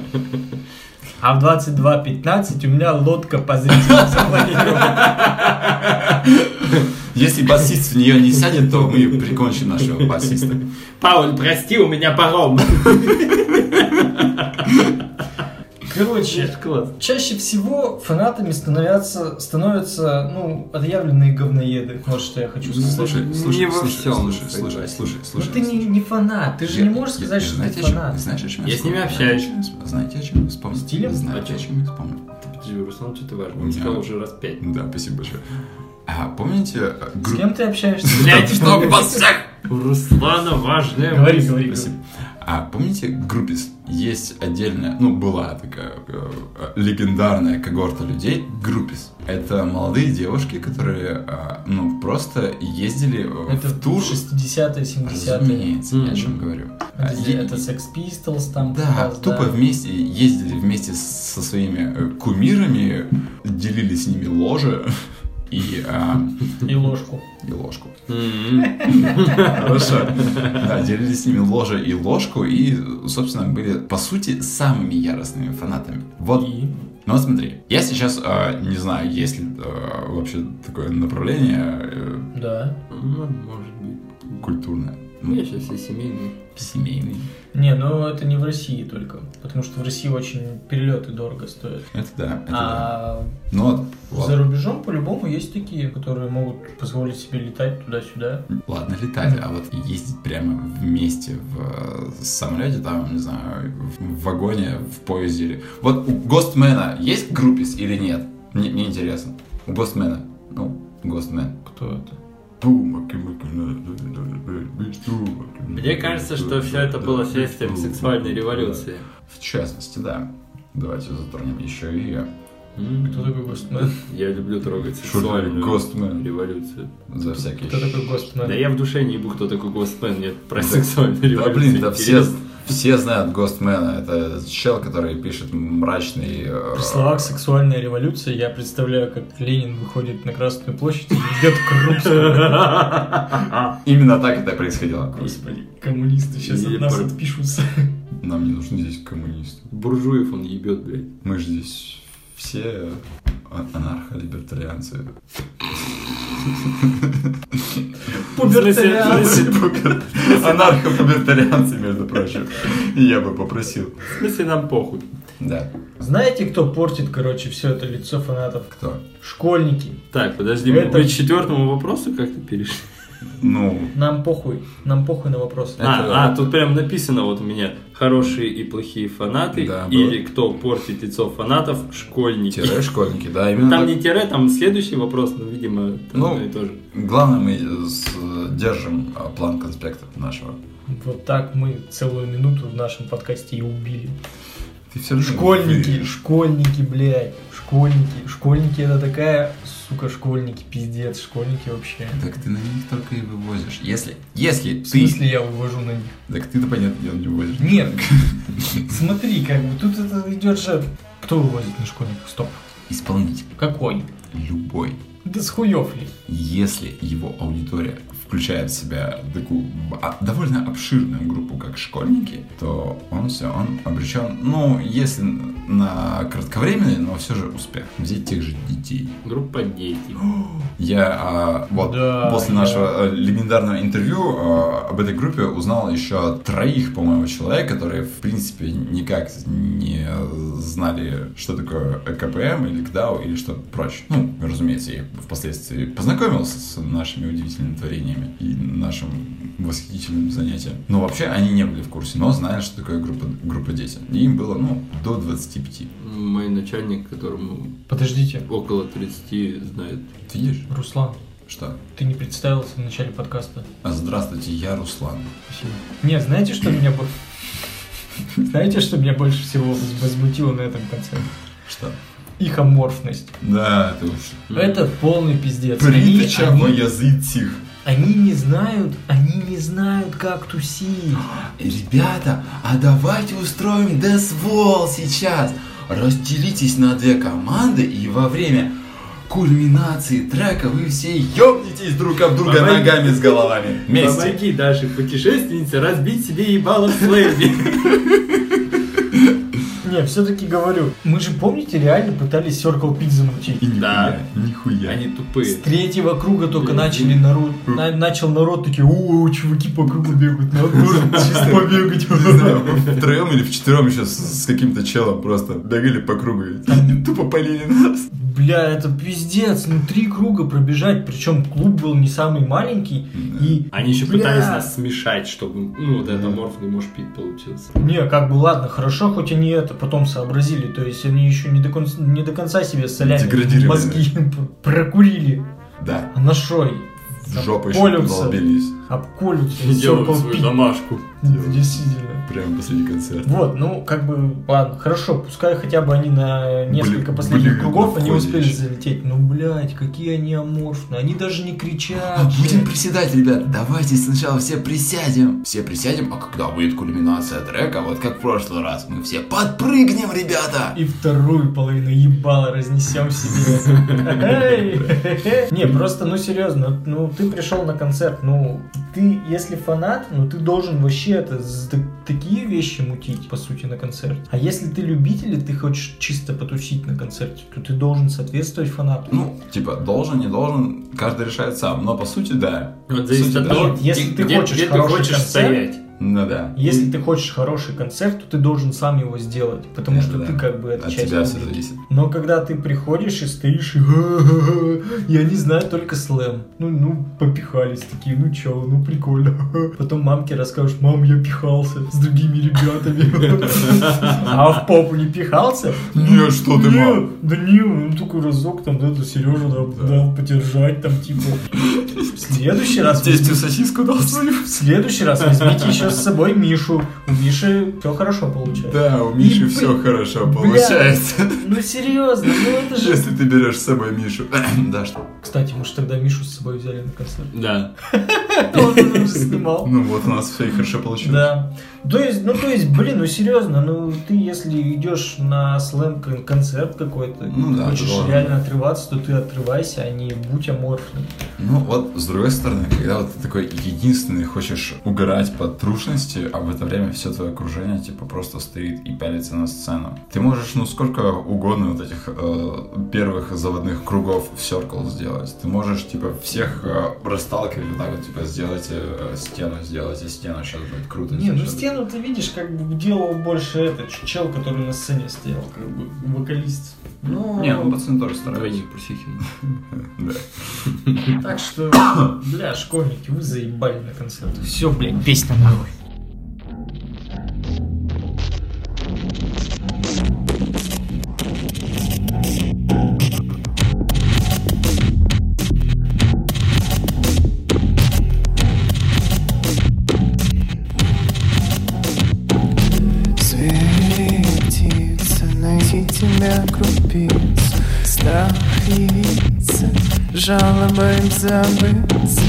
А в 22:15 у меня лодка по зрителям запланирована. Если басист в нее не сядет, то мы прикончим нашего басиста. Пауль, прости, у меня паром. Короче, Класс. чаще всего фанатами становятся, ну, отъявленные говноеды. Вот что я хочу сказать. Слушай, Не во всем, Ну ты не фанат, ты же не можешь сказать, что ты фанат. Знаешь, о чем Я с ними общаюсь. Знаете, о чем я вспомнил? Стилем? Знаете, о чем я вспомнил? Подожди, Руслан, что ты важно? У Он меня- сказал уже раз 5. Да, спасибо большое. А помните С кем ты общаешься? Блять, что вас всех? У Руслана важная Говори, мысль. говори. Спасибо. А помните, Группис? Есть отдельная, ну, была такая легендарная когорта людей. Группис. Это молодые девушки, которые, ну, просто ездили Это в тур. 60-е, 70-е. Разумеется, я о чем говорю. Это Sex Pistols там. Да, Pistols, тупо вместе ездили вместе со своими кумирами, делили с ними ложе и И ложку. Хорошо. Да, делили с ними ложе и ложку и, собственно, были, по сути, самыми яростными фанатами. Вот. Ну вот смотри, я сейчас не знаю, есть ли вообще такое направление Да. Может быть. культурное. Ну, Я сейчас и семейный. семейный. Не, ну это не в России только. Потому что в России очень перелеты дорого стоят. Это да, это да. А Ну вот, за рубежом по-любому есть такие, которые могут позволить себе летать туда-сюда. ладно летать, а вот ездить прямо вместе в самолете, там, не знаю, в вагоне, в поезде. Вот у Гостмена есть группис или нет? Мне интересно. У Гостмена. Ну, Гостмен. Кто это? Мне кажется, что все это было следствием сексуальной революции. В частности, да. Давайте затронем еще и ее. Кто такой Гостмен? Я люблю трогать Шо сексуальную Гостмен? революцию. За всякие... Кто такой Гостмен? Да я в душе не ебу, кто такой Гостмен, нет, про сексуальную революцию. Да блин, да интересно. все знают Гостмена. Это чел, который пишет мрачный... При словах «сексуальная революция» я представляю, как Ленин выходит на Красную площадь и идет к Крупскому. Именно так это происходило. Господи, коммунисты сейчас от нас отпишутся. Нам не нужны здесь коммунисты. Буржуев он ебет, блядь. Мы же здесь все анархо-либертарианцы. Пубертарианцы. Анархо-пубертарианцы, между прочим. Я бы попросил. В смысле, нам похуй. Да. Знаете, кто портит, короче, все это лицо фанатов? Кто? Школьники. Так, подожди, Это- мы к 4-му вопросу как-то перешли. Ну, Нам похуй на вопросы. Тут прям написано вот у меня: хорошие и плохие фанаты, Да, или кто портит лицо фанатов, школьники. тире школьники, да, именно Там так. не тире, там следующий вопрос, но, видимо, там Ну, одно и то же. Главное, мы держим план конспекта нашего. Вот так мы целую минуту в нашем подкасте и убили. Ты все равно Школьники, блядь. Школьники это такая, сука, школьники, пиздец, школьники вообще. Так ты на них только и вывозишь. Если В ты... смысле я увожу на них? Так ты-то, понятное дело, не вывозишь. Нет, смотри, как бы тут это идет же... Кто вывозит на школьников? Стоп. Исполнитель. Какой? Любой. Да с хуёв ли? Если его аудитория включает в себя такую довольно обширную группу, как школьники, то он обречен, ну, если на кратковременный, но все же успех. Взять тех же детей. Группа дети. Я Да, после нашего легендарного интервью об этой группе узнал еще 3, по-моему, человек, которые, в принципе, никак не знали, что такое ЭКПМ или КДАУ или что-то прочее. Ну, разумеется, я впоследствии познакомился с нашими удивительными творениями и нашим восхитительным занятием. Но вообще они не были в курсе, но знали, что такое группа дети. И им было, до 25. Мой начальник, которому Подождите, около 30, знает. Ты видишь? Руслан, Что? ты не представился в начале подкаста. Здравствуйте, я Руслан. Спасибо. Нет, знаете, что меня Знаете, что меня больше всего возмутило на этом конце? Что? Их аморфность. Да, это уж... Это полный пиздец. Притча во языцах. Они не знают, как тусить. Ребята, а давайте устроим десвол сейчас. Разделитесь на 2 команды, и во время кульминации трека вы все ёбнетесь друг об друга Помоги. ногами с головами. Вместе. Помоги нашей путешественнице разбить себе ебало в слэме. Не, Не, все-таки говорю, мы же, помните, реально пытались Circle Pit замутить. И Да. нихуя. Они тупые. С третьего круга только начал народ такие, чуваки по кругу бегают, надо чисто побегать. Не знаю, мы втроем или вчетвером еще с каким-то челом просто бегали по кругу и тупо полили нас. Бля, это пиздец, 3 круга пробежать, причем клуб был не самый маленький, и... Они еще бля, пытались нас смешать, чтобы, вот это морфный мошпит получился. Не, как бы ладно, хорошо, хоть они это потом сообразили, то есть они еще не до конца себе солями Деградировали. мозги прокурили. Да. А на шой? В жопу еще Обколются. долбились. Обколются. И всё делают свою попить. домашку. Действительно. Прямо посреди концерта. Вот, ну, как бы, ладно, хорошо, пускай хотя бы они на несколько последних блин, кругов, на они входе успели еще. залететь. Ну, блядь, какие они аморфные, они даже не кричат. Будем же. приседать, ребят. Давайте сначала все присядем. Все присядем, а когда будет кульминация трека, вот как в прошлый раз, мы все подпрыгнем, ребята. И вторую половину ебала разнесем себе. Эй! Не, просто, ну, серьезно, ну, ты пришел на концерт, ну, ты, если фанат, ну, ты должен вообще это такие вещи мутить, по сути, на концерте. А если ты любитель, и ты хочешь чисто потусить на концерте, то ты должен соответствовать фанату. Ну, типа, должен, не должен, каждый решает сам. Но по сути, да. Вот По зависит сути, от да. того, Нет, если ты хочешь где ты хороший хочешь концерт, стоять. Ну да. Если ты хочешь хороший концерт, то ты должен сам его сделать, потому что Да. ты как бы это От часть тебя все публики. зависит. Но когда ты приходишь и стоишь и я не знаю только слэм. Ну, попихались такие, ну чё, ну прикольно. Потом мамке расскажешь, мам, я пихался с другими ребятами. А в попу не пихался? Не, что ты, Не, мам? да не, ну только разок там, да, Сережа дал подержать там, типа. В следующий раз... Тестю сосиску дал свою. В следующий раз возьмите еще с собой Мишу. У Миши все хорошо получается. Да, у Миши И, все хорошо бля, получается. Ну серьезно, ну это же... Если ты берешь с собой Мишу. Да, что? Кстати, мы же тогда Мишу с собой взяли на концерт. Да. Он уже снимал. Ну вот у нас все и хорошо получилось. Да. То есть, блин, ну серьезно, ну ты если идешь на слэм концерт какой-то, Ну да, хочешь ты должен. реально отрываться, то ты отрывайся, а не будь аморфным. Ну вот, с другой стороны, когда вот ты такой единственный хочешь угорать по трушности, а в это время все твое окружение типа просто стоит и пялится на сцену. Ты можешь, ну, сколько угодно вот этих первых заводных кругов в Circle сделать. Ты можешь, типа, всех расталкивать вот так вот, типа, сделать стену, сделайте стену, сейчас будет круто. Не, ну сейчас будет. стену ты видишь, как бы делал больше этот чел, который на сцене стоял, как бы вокалист. Ну, Не, ну пацаны тоже стараются. Двойник Прусихин. Да. так что, бля, школьники, вы заебали на концерты. Все, блядь, песня нахуй. Звери, птица, найти тебя крупиц. Страх явиться, жалобой забыться.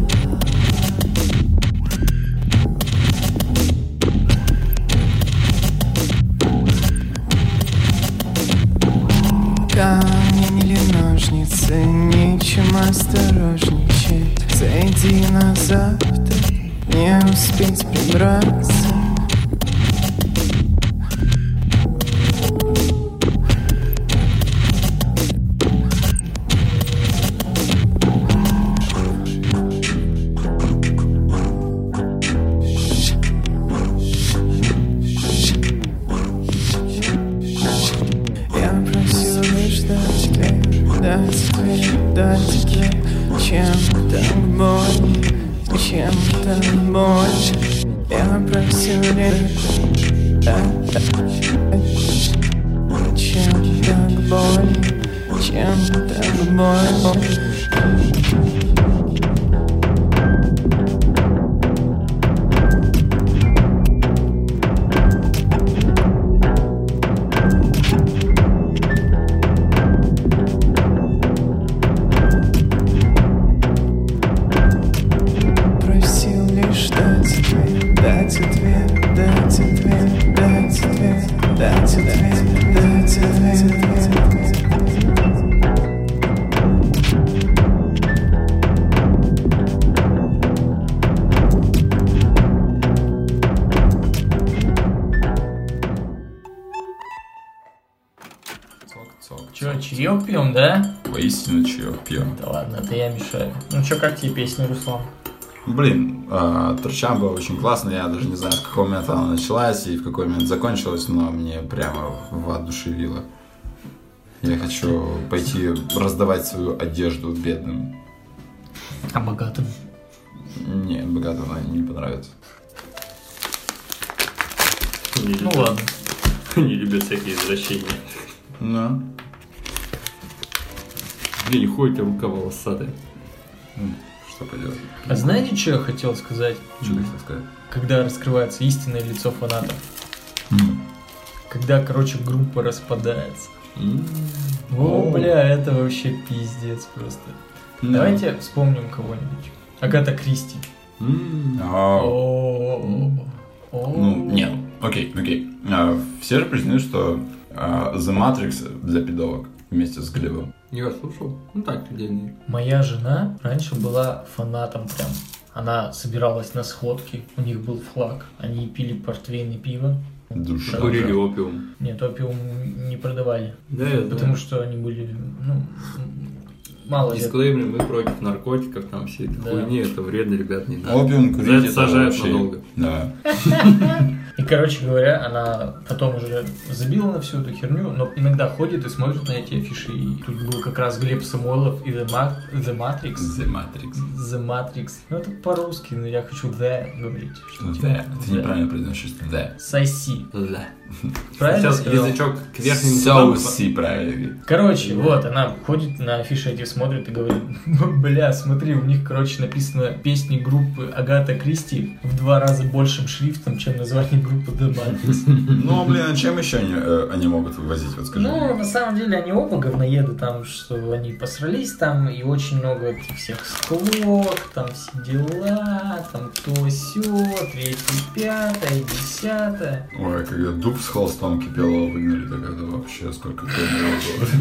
Камень или ножницы, нечем осторожничать. Зайди на завтра, не успеть прибраться. Я просил лишь дать ответ, чем так больно, чем так больно. Я просил лишь дать ответ, чем так больно, чем так больно. Просил лишь дать ответ, дать ответ, дать ответ, дать ответ, дать ответ, дать ответ. Чаек пьем, да? Воистину чаек пьем. Да ладно, это я мешаю. Ну чё, как тебе песня, Руслан? Блин, Торчам было очень классно, я даже не знаю, с какого момента она началась и в какой момент закончилась, но мне прямо воодушевило. Я хочу пойти раздавать свою одежду бедным. А богатым? Нет, богатым она не понравится. Ну ладно. Не любят всякие извращения. Ну. Блин, ходит рука волосатая. Что поделать? А знаете, что я хотел сказать? Что ты хотел сказать? Когда раскрывается истинное лицо фанатов. Когда, короче, группа распадается. О, бля, это вообще пиздец просто. Давайте вспомним кого-нибудь. Агата Кристи. Ну, нет, окей. Все же признают, что The Matrix для пидовок вместе с Глебом. Я слушал. Ну так, отдельные. Моя жена раньше была фанатом прям. Она собиралась на сходки, у них был флаг. Они пили портвейн и пиво. Душа. Курили опиум. Нет, опиум не продавали. Да, я Потому знаю. что они были, ну, мало лет. Дисклеймер, мы против наркотиков, там все это Да. хуйни, это вредно, ребят, не надо. Опиум За курить это сажают вообще... надолго. Да. И, короче говоря, она потом уже забила на всю эту херню, но иногда ходит и смотрит на эти афиши. И тут был как раз Глеб Самойлов и The Matrix. The Matrix. The Matrix. Ну, это по-русски, но я хочу The говорить. Что The. типа Ты неправильно произносишь The. Соси. Да. Правильно Сейчас сказал? язычок к верхним зубам. Соуси, правильно. Короче, вот, она ходит на афиши эти, смотрит и говорит, бля, смотри, у них, короче, написано песни группы Агата Кристи в 2 раза большим шрифтом, чем название группы The Matrix. Ну, блин, а чем еще они могут вывозить, вот скажи? Ну, на самом деле, они оба говноеды, там, что они посрались там, и очень много этих всех склок, там, все дела, там, то сё, 3, 5, 10. Ой, когда дуб с холстом кипелого выгнали, так это вообще сколько камеров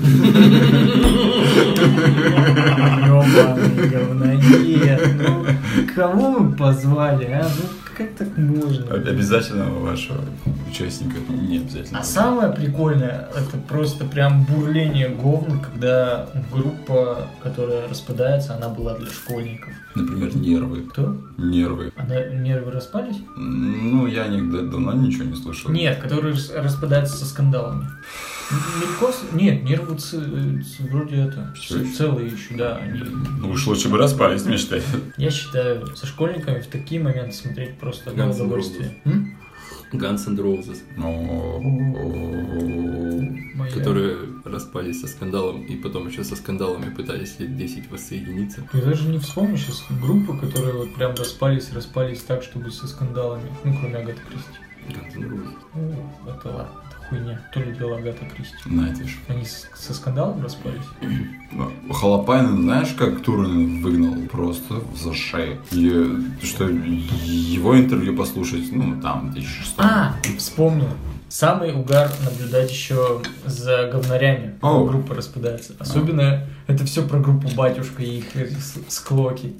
Ёбаный говноед, ну, кого мы позвали, а? Ну, как так можно? было. Обязательно вашего участника, не обязательно. А самое прикольное, это просто прям бурление говна, когда группа, которая распадается, она была для школьников. Например, нервы. Кто? Нервы. Нервы распались? Ну, я давно ничего не слышал. Нет, которые распадаются со скандалами. Мелькос? Нет, нервы вроде это. Всё ещё? Целые еще, да. Они... Ну уж лучше бы распались, мечтай. Я считаю, со школьниками в такие моменты смотреть просто одно Guns N' удовольствие. Guns N' Roses, Моя- которые распались со скандалом и потом еще со скандалами пытались лет 10 воссоединиться. Я даже не вспомню сейчас группы, которые вот прям распались так, чтобы со скандалами. Ну, кроме Агаты Кристи. Guns N' Roses. Ну, это ладно, это хуйня. То ли дело Агата Кристи. Знаете ж. Они со скандалом распались? Халапайнен, знаешь, как Турунен выгнал просто за шею? И что его интервью послушать, ну, там, 2006. Вспомнил. Самый угар наблюдать еще за говнарями. Оу. Группа распадается. Особенно это все про группу Батюшка и их склоки.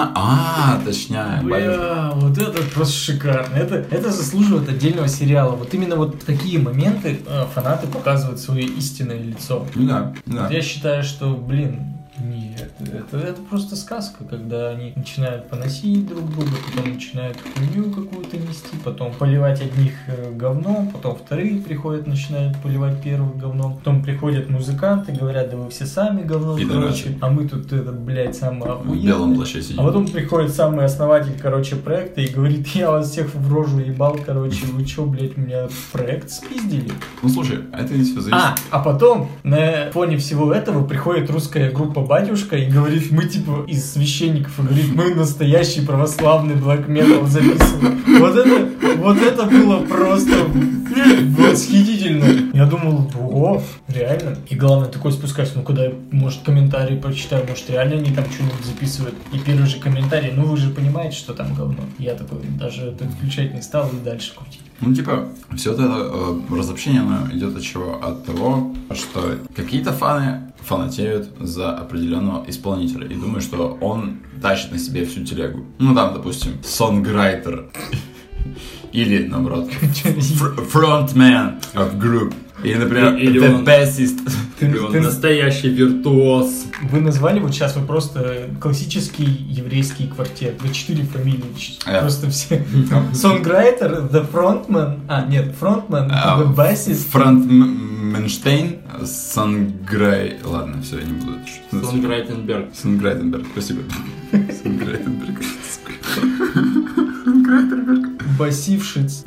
Точняк. Бля, вот это просто шикарно. Это заслуживает отдельного сериала. Вот именно вот такие моменты фанаты показывают свое истинное лицо. Да. Вот я считаю, что, блин, нет, это просто сказка, когда они начинают поносить друг друга, потом начинают хуйню какую-то нести, потом поливать одних говном, потом вторые приходят, начинают поливать первых говном, потом приходят музыканты, говорят, да вы все сами говно Пидорасы. короче, а мы тут, блядь, самые В белом охуенные. плаще сидит. А потом приходит самый основатель, короче, проекта и говорит, я вас всех в рожу ебал, короче, вы чё, блядь, у меня проект спиздили? Ну, слушай, это не все зависит. А потом на фоне всего этого приходит русская группа Батюшка и говорит, мы типа из священников, и говорит, мы настоящий православный блэк метал записываем. Вот это было просто восхитительно. Я думал, ого, реально. И главное, такой спускаюсь, ну куда я, может, комментарии прочитаю, может, реально они там что-нибудь записывают. И первый же комментарий, ну вы же понимаете, что там говно. Я такой даже это включать не стал и дальше крутить. Ну, типа, все это разобщение, оно идет от чего? От того, что какие-то фаны фанатеют за определенного исполнителя и думают, что он тащит на себе всю телегу. Ну, там, допустим, сонграйтер или, наоборот, frontman of group. Или, например, Или the он- bassist. Или он настоящий виртуоз. Вы назвали вот сейчас, вы просто классический еврейский квартет. Вы 4 фамилии, просто все. Songwriter, the frontman, frontman, the bassist. Фронтменштейн, Санграй... Ладно, все, я не буду это шутить. Сонграйтенберг. Санграйтенберг, спасибо. Санграйтенберг. Басившиц.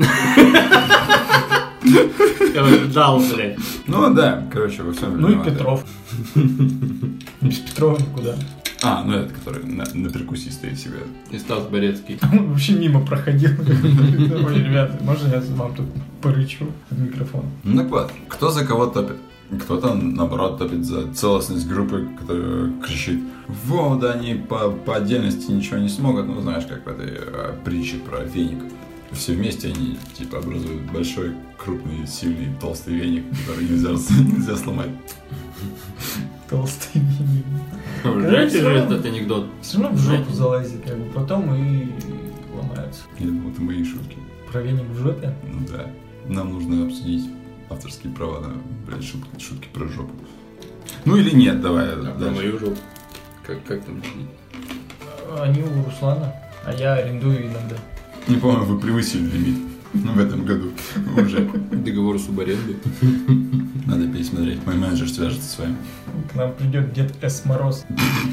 Я вот ждал, блядь. Ну да, короче, во всем Ну и виноваты. Петров. Без Петрова никуда. Ну этот, который на перкуссии стоит всегда. И Стас Борецкий. Он вообще мимо проходил. Ой, ребята, можно я вам тут порычу в микрофон? Ну так вот, кто за кого топит? Кто-то, наоборот, топит за целостность группы, которая кричит: «Во, да они по отдельности ничего не смогут». Ну, знаешь, как в этой притче про веник. Все вместе они, типа, образуют большой, крупный, сильный, толстый веник, который нельзя сломать. Толстый веник. Знаете же этот анекдот? Все равно в жопу залазит, как бы, потом и ломаются. Я думал, это мои шутки. Про веник в жопе? Ну да. Нам нужно обсудить авторские права на, блядь, шутки про жопу. Ну или нет, давай На дальше. мою жопу. Как там? Они у Руслана, а я арендую иногда. Не помню, вы превысили лимит в этом году уже. Договор субаренды. Надо пересмотреть. Мой менеджер свяжется с вами. К нам придет дед С. Мороз.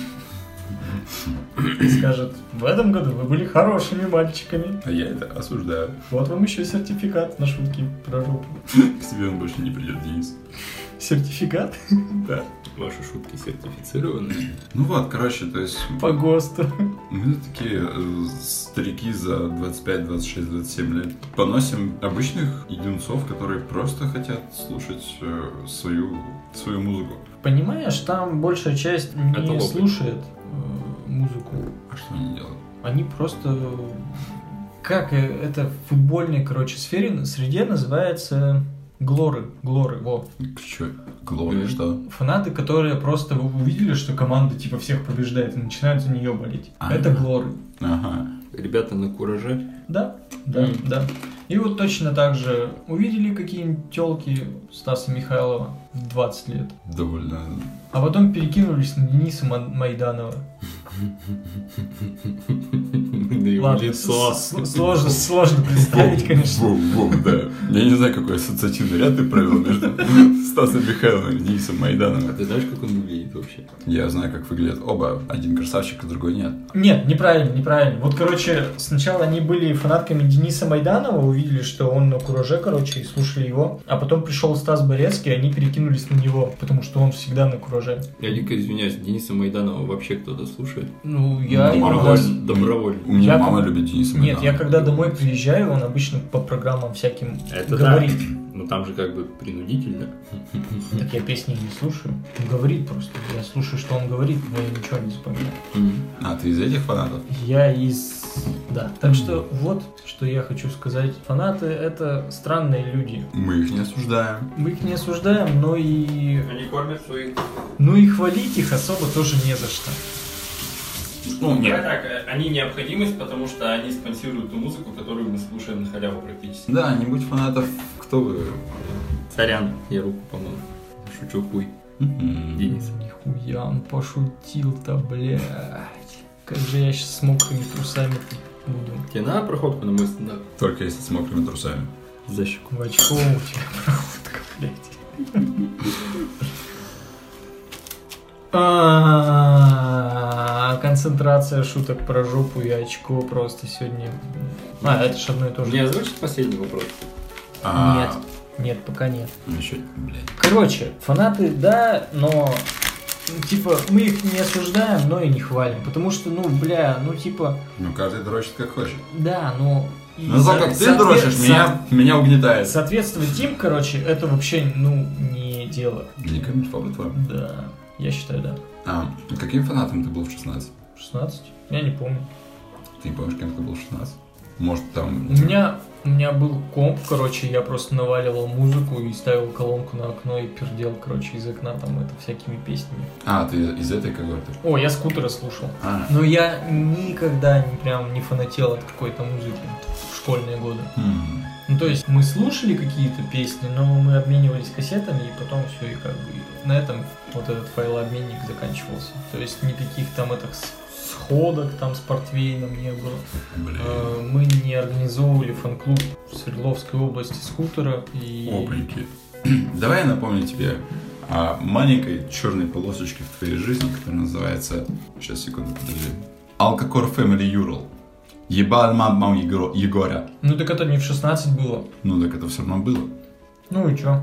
И скажет: в этом году вы были хорошими мальчиками. А я это осуждаю. Вот вам еще сертификат на шутки про жопу. К тебе он больше не придет, Денис. Сертификат? Да. Ваши шутки сертифицированы. Ну вот, короче, то есть По ГОСТу. мы такие старики за 25, 26, 27 лет поносим обычных юнцов, которые просто хотят слушать свою музыку. Понимаешь, там большая часть Это не лопает. слушает музыку. А что они делают? Они просто... Как это в футбольной, среде называется глоры. Глоры, во. Что? Глори, что? Фанаты, которые просто увидели, что команда типа всех побеждает и начинают за нее болеть. А. Это глоры. Ага. Ребята на кураже. Да, да. И вот точно так же увидели какие-нибудь телки Стаса Михайлова в 20 лет. Довольно... А потом перекинулись на Дениса Майданова. На его Ладно, лицо. сложно представить, конечно. Воу, да. Я не знаю, какой ассоциативный ряд ты провел между Стасом Михайловым и Денисом А Майдановым. ты знаешь, как он выглядит вообще? Я знаю, как выглядят оба. Один красавчик, а другой нет. Нет, неправильно. Вот, сначала они были фанатками Дениса Майданова, увидели, что он на кураже, и слушали его. А потом пришел Стас Борецкий, и они перекинулись на него, потому что он всегда на кураже. Я дико извиняюсь, Дениса Майданова вообще кто-то слушает? Ну, я Добровольно. иногда... Добровольно. У меня Я- мама любит Дениса Майданова. Нет, я когда домой приезжаю, он обычно по программам всяким Это говорит. да. Но там же как бы принудительно. Так я песни не слушаю. Он говорит просто. Я слушаю, что он говорит, но я ничего не запоминаю. А, ты из этих фанатов? Я из... Да. Так что вот, что я хочу сказать. Фанаты — это странные люди. Мы их не осуждаем. Мы их не осуждаем, но и... Они кормят своих... Ну и хвалить их особо тоже не за что. Ну, Давай так, они необходимость, потому что они спонсируют ту музыку, которую мы слушаем на халяву практически. Да, не будь фанатов, кто вы? Сорян, я руку помыл. Шучу хуй. Денис. Нихуя он пошутил-то, блядь. Как же я сейчас с мокрыми трусами буду. Тебе надо проходку на мой стендап? Только если с мокрыми трусами. За щеку. В очко у тебя проходка, блядь. Концентрация шуток про жопу и очко просто сегодня. Это ж одно и то же. Не озвучить последний вопрос? Нет, пока нет. Еще, блядь. Короче, фанаты, да, но типа мы их не осуждаем, но и не хвалим. Потому что, ну каждый дрочит как хочет. да, но... Ну, зато как ты дрочишь, меня угнетает. Соответствовать им, это вообще, не дело. Не комментфоб, по-твоему? Да, я считаю, да. Каким фанатом ты был в 16? 16? Я не помню. Ты не помнишь, кем ты был в 16? Может, там... У меня был комп, я просто наваливал музыку и ставил колонку на окно и пердел, из окна там всякими песнями. Ты из этой когорты? О, я Скутера слушал. Но я никогда не фанател от какой-то музыки в школьные годы. Ну, то есть мы слушали какие-то песни, но мы обменивались кассетами, и потом все, и как бы на этом вот этот файлообменник заканчивался. То есть никаких там сходок там с портвейном не было. Блин. Мы не организовывали фан-клуб в Свердловской области скутера. И... Опаньки. Давай я напомню тебе о маленькой черной полосочке в твоей жизни, которая называется... Сейчас, секунду, подожди. Alcacor Family Ural. Ебал мам Егоря. Ну так это не в 16 было. Ну так это все равно было. Ну и чё?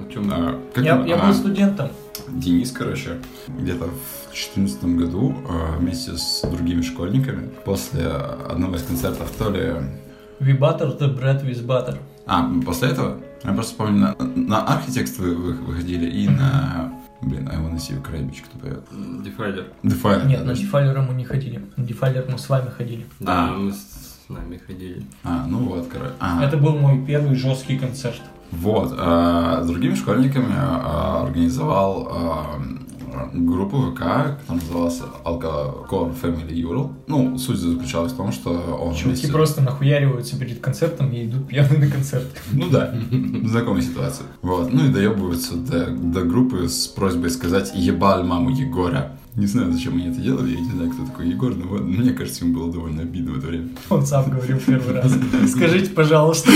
Я был студентом. Денис, короче, где-то в 2014 году вместе с другими школьниками после одного из концертов, то ли... We butter the bread with butter. После этого? Я просто помню, на Architects вы выходили и на... Блин, I wanna see you cry, bitch, кто поет? Defiler. Нет, на Defiler мы не ходили. На Defiler мы с вами ходили. Да, мы с нами ходили. Ну вот, короче. Это был мой первый жесткий концерт. Вот, с другими школьниками организовал группу ВК, которая называлась Alcacor Family Ural. Ну, суть заключалась в том, что он... Чуваки просто нахуяриваются перед концертом и идут пьяные на концерт. Ну да, знакомая ситуация. Вот, ну и доебываются до группы с просьбой сказать «Ебаль маму Егоря». Не знаю, зачем они это делали, я не знаю, кто такой Егор, но мне кажется, ему было довольно обидно в это время. Он сам говорил первый раз. Скажите, пожалуйста.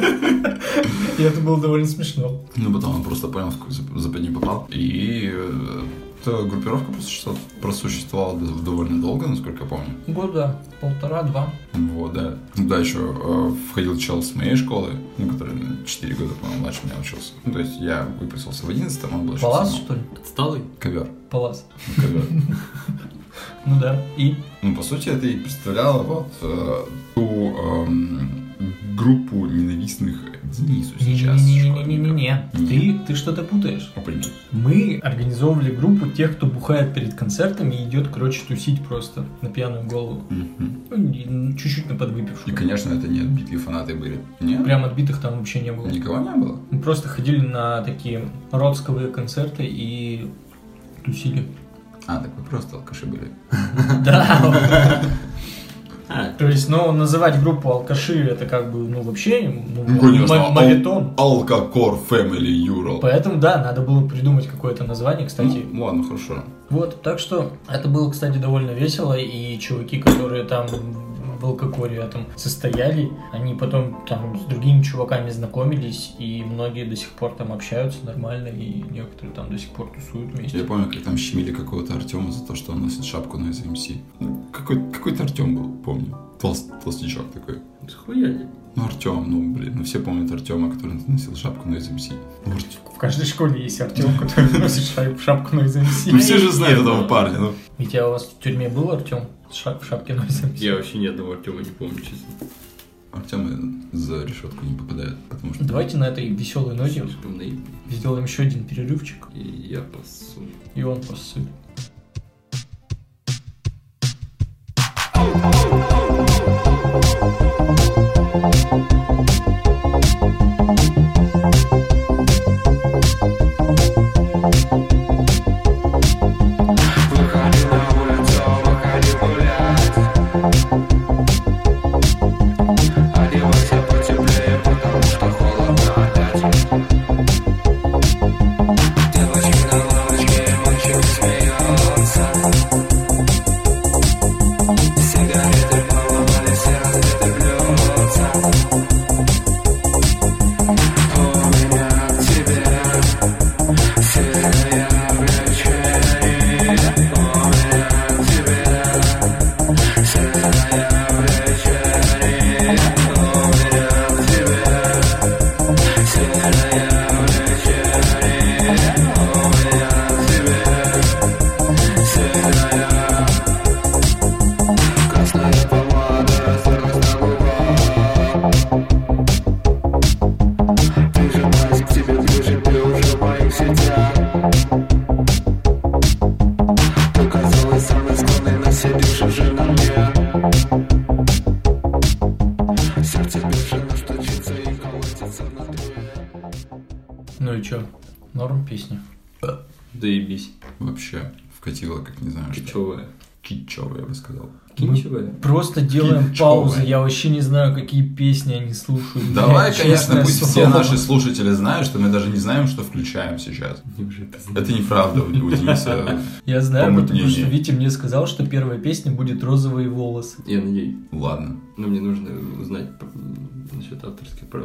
И это было довольно смешно. Ну, потом он просто понял, в какую западню попал. И эта группировка просуществовала довольно долго, насколько я помню. Года 1,5-2. Вот, да. Туда еще входил чел с моей школы, который 4 года, по-моему, младше меня учился. Ну, то есть я выпустился в 11-м, он был еще Палас, что ли? Отсталый? Ковер. Палас. Ковер. Ну да, и? Ну, по сути, это и представляло вот ту группу ненавистных Денису сейчас. Не-не-не-не-не. Ты что-то путаешь. Мы организовывали группу тех, кто бухает перед концертами и идет, короче, тусить просто на пьяную голову. Ну, чуть-чуть на подвыпившую. И, конечно, это не отбитые фанаты были. Нет? Прям отбитых там вообще не было. Никого не было? Мы просто ходили на такие родсковые концерты и тусили. Так вы просто алкаши были. Да. То есть, называть группу алкаши это как бы, вообще, мавитон. Alcacor Family Ural. Поэтому, да, надо было придумать какое-то название, кстати. Ну, ладно, хорошо. Вот, так что это было, кстати, довольно весело, и чуваки, которые там в Алкакоре там состояли, они потом там с другими чуваками знакомились, и многие до сих пор там общаются нормально, и некоторые там до сих пор тусуют вместе. Я помню, как там щемили какого-то Артема за то, что он носит шапку на МС. Какой-то Артем был, помню. Толстячок такой. Схуяли. Артем, все помнят Артема, который носил шапку на МС. В каждой школе есть Артем, который носит шапку на МС. Ну все же знают этого парня, Ведь у вас в тюрьме был Артем в шапке на МС? Я вообще ни одного Артема не помню, честно. Артемы за решетку не попадают, потому что... Давайте на этой веселой ноте сделаем еще один перерывчик. И я поссу. И он поссыт. Ну и чё? Норм песня? Заебись. Вообще, вкатило, как не знаю что. китчевая, я бы сказал. Кинчевая? Просто делаем Китчевая. паузы. Я вообще не знаю, какие песни они слушают. Давай, Блядь, конечно, честное пусть все слово. наши слушатели знают, что мы даже не знаем, что включаем сейчас. Неужели ты знаешь? Это неправда, у Дениса. Я знаю, потому помутнение. что Витя мне сказал, что первая песня будет «Розовые волосы». Я надеюсь. Ладно. Но мне нужно узнать насчет авторских прав.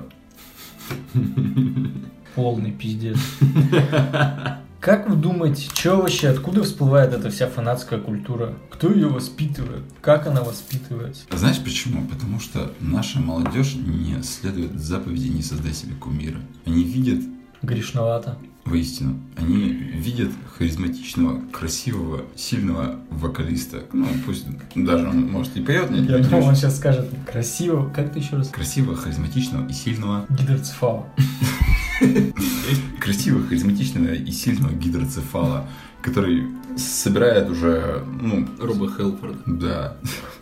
Полный пиздец. Как вы думаете, что вообще, откуда всплывает эта вся фанатская культура? Кто ее воспитывает? Как она воспитывается? Знаешь почему? Потому что наша молодежь не следует заповеди «не создай себе кумира». Они видят, Грешновато. воистину, они видят харизматичного, красивого, сильного вокалиста. Ну, пусть даже он, может, и поет, не Я думал, он сейчас скажет красиво. Как ты еще раз? красивого, харизматичного и сильного. Гидроцефала. Красивого, харизматичного и сильного гидроцефала, который собирает уже, ну, Роба Хелфорда. да,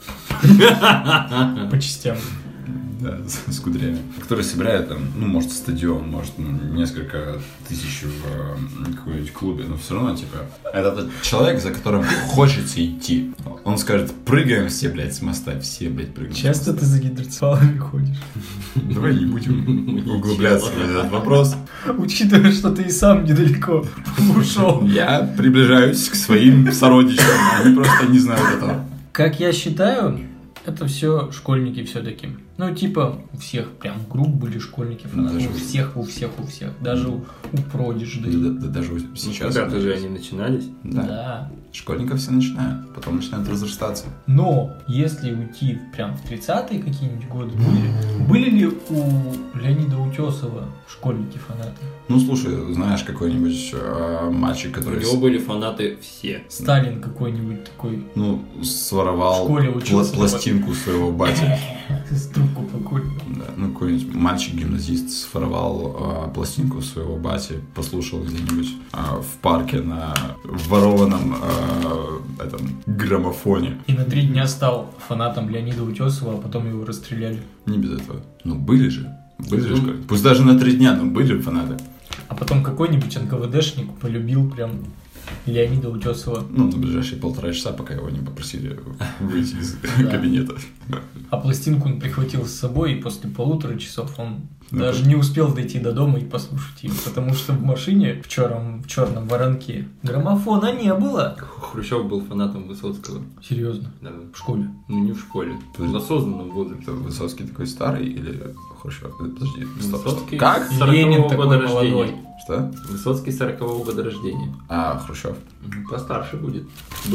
По частям. да, с кудрями, который собирает там, ну, может, стадион, может, несколько тысяч в какой-нибудь клубе, но все равно, типа, это тот человек, за которым хочется идти. Он скажет, прыгаем все, блядь, с моста, все, блядь, прыгаем. Часто ты за гидроцефалами ходишь? Давай не будем углубляться в этот вопрос. Учитывая, что ты и сам недалеко ушел. Я приближаюсь к своим сородичам, они просто не знают этого. Как я считаю, это все школьники все-таки. Ну, типа, у всех прям групп были школьники фанаты. Даже У всех. Даже у Prodigy. Да даже сейчас. Когда-то же они начинались. Да. Да. Школьников все начинают, потом начинают разрастаться. Но, если уйти прям в 30-е какие-нибудь годы, были ли у Леонида Утесова школьники фанаты? Ну, слушай, знаешь какой-нибудь мальчик, У который, него были фанаты все. Сталин какой-нибудь такой ну, своровал В школе учился, пластинку своего батя. с трубку покурил. Да, ну, какой-нибудь мальчик-гимназист своровал пластинку своего бати, послушал где-нибудь в парке на ворованном этом граммофоне. И на 3 дня стал фанатом Леонида Утесова, а потом его расстреляли. Не без этого. Ну, были же школьники. Пусть даже на 3 дня, но были фанаты. А потом какой-нибудь НКВДшник полюбил прям Леонида Утесова. Ну, на ближайшие 1,5 часа, пока его не попросили выйти из кабинета. А пластинку он прихватил с собой, и после 1,5 часов он Ну, даже не успел дойти до дома и послушать ее, потому что в машине в черном воронке граммофона не было. Хрущев был фанатом Высоцкого. Серьезно, Да. в школе. Ну, не в школе. В осознанном возрасте. Это Высоцкий такой старый или Хрущев? Подожди, стоп. Высоцкий Как? 40-го Ленин года такой рождения. молодой. Что? Высоцкий 40-го года рождения. А, Хрущев. Постарше будет. Был.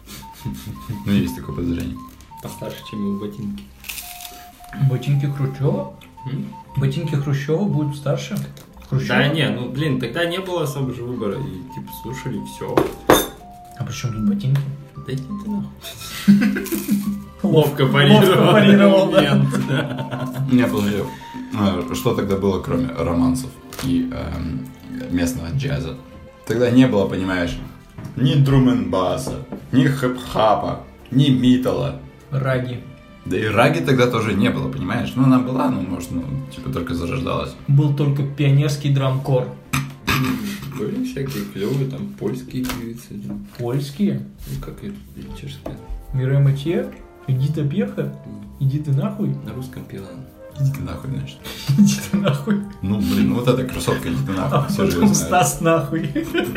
Ну, есть такое подозрение. Постарше, чем его ботинки. Ботинки Хрущева? Ботинки Хрущева будут старше? Хрущева? Да не, ну блин, тогда не было особо же выбора. И типа слушали все. А при чем тут ботинки? Да иди ты нахуй. Ловко парировал, да. момент. Не, подожди. Что тогда было, кроме романсов и местного джаза? Тогда не было, понимаешь, ни друм-н-баса, ни хэп-хапа, ни митала. Раги. Да и раги тогда тоже не было, понимаешь? Ну, она была, ну, может, ну, типа, только зарождалась. Был только пионерский драмкор. Были всякие клевые, там, польские певицы. Польские. Ну, как это, чешская. Мирей Матье. Эдита Пьеха. Иди ты нахуй. На русском пела. Иди ты нахуй, значит. Иди ты нахуй. Ну, блин, ну вот эта красотка, иди ты А нахуй. Все же потом знают. Стас нахуй.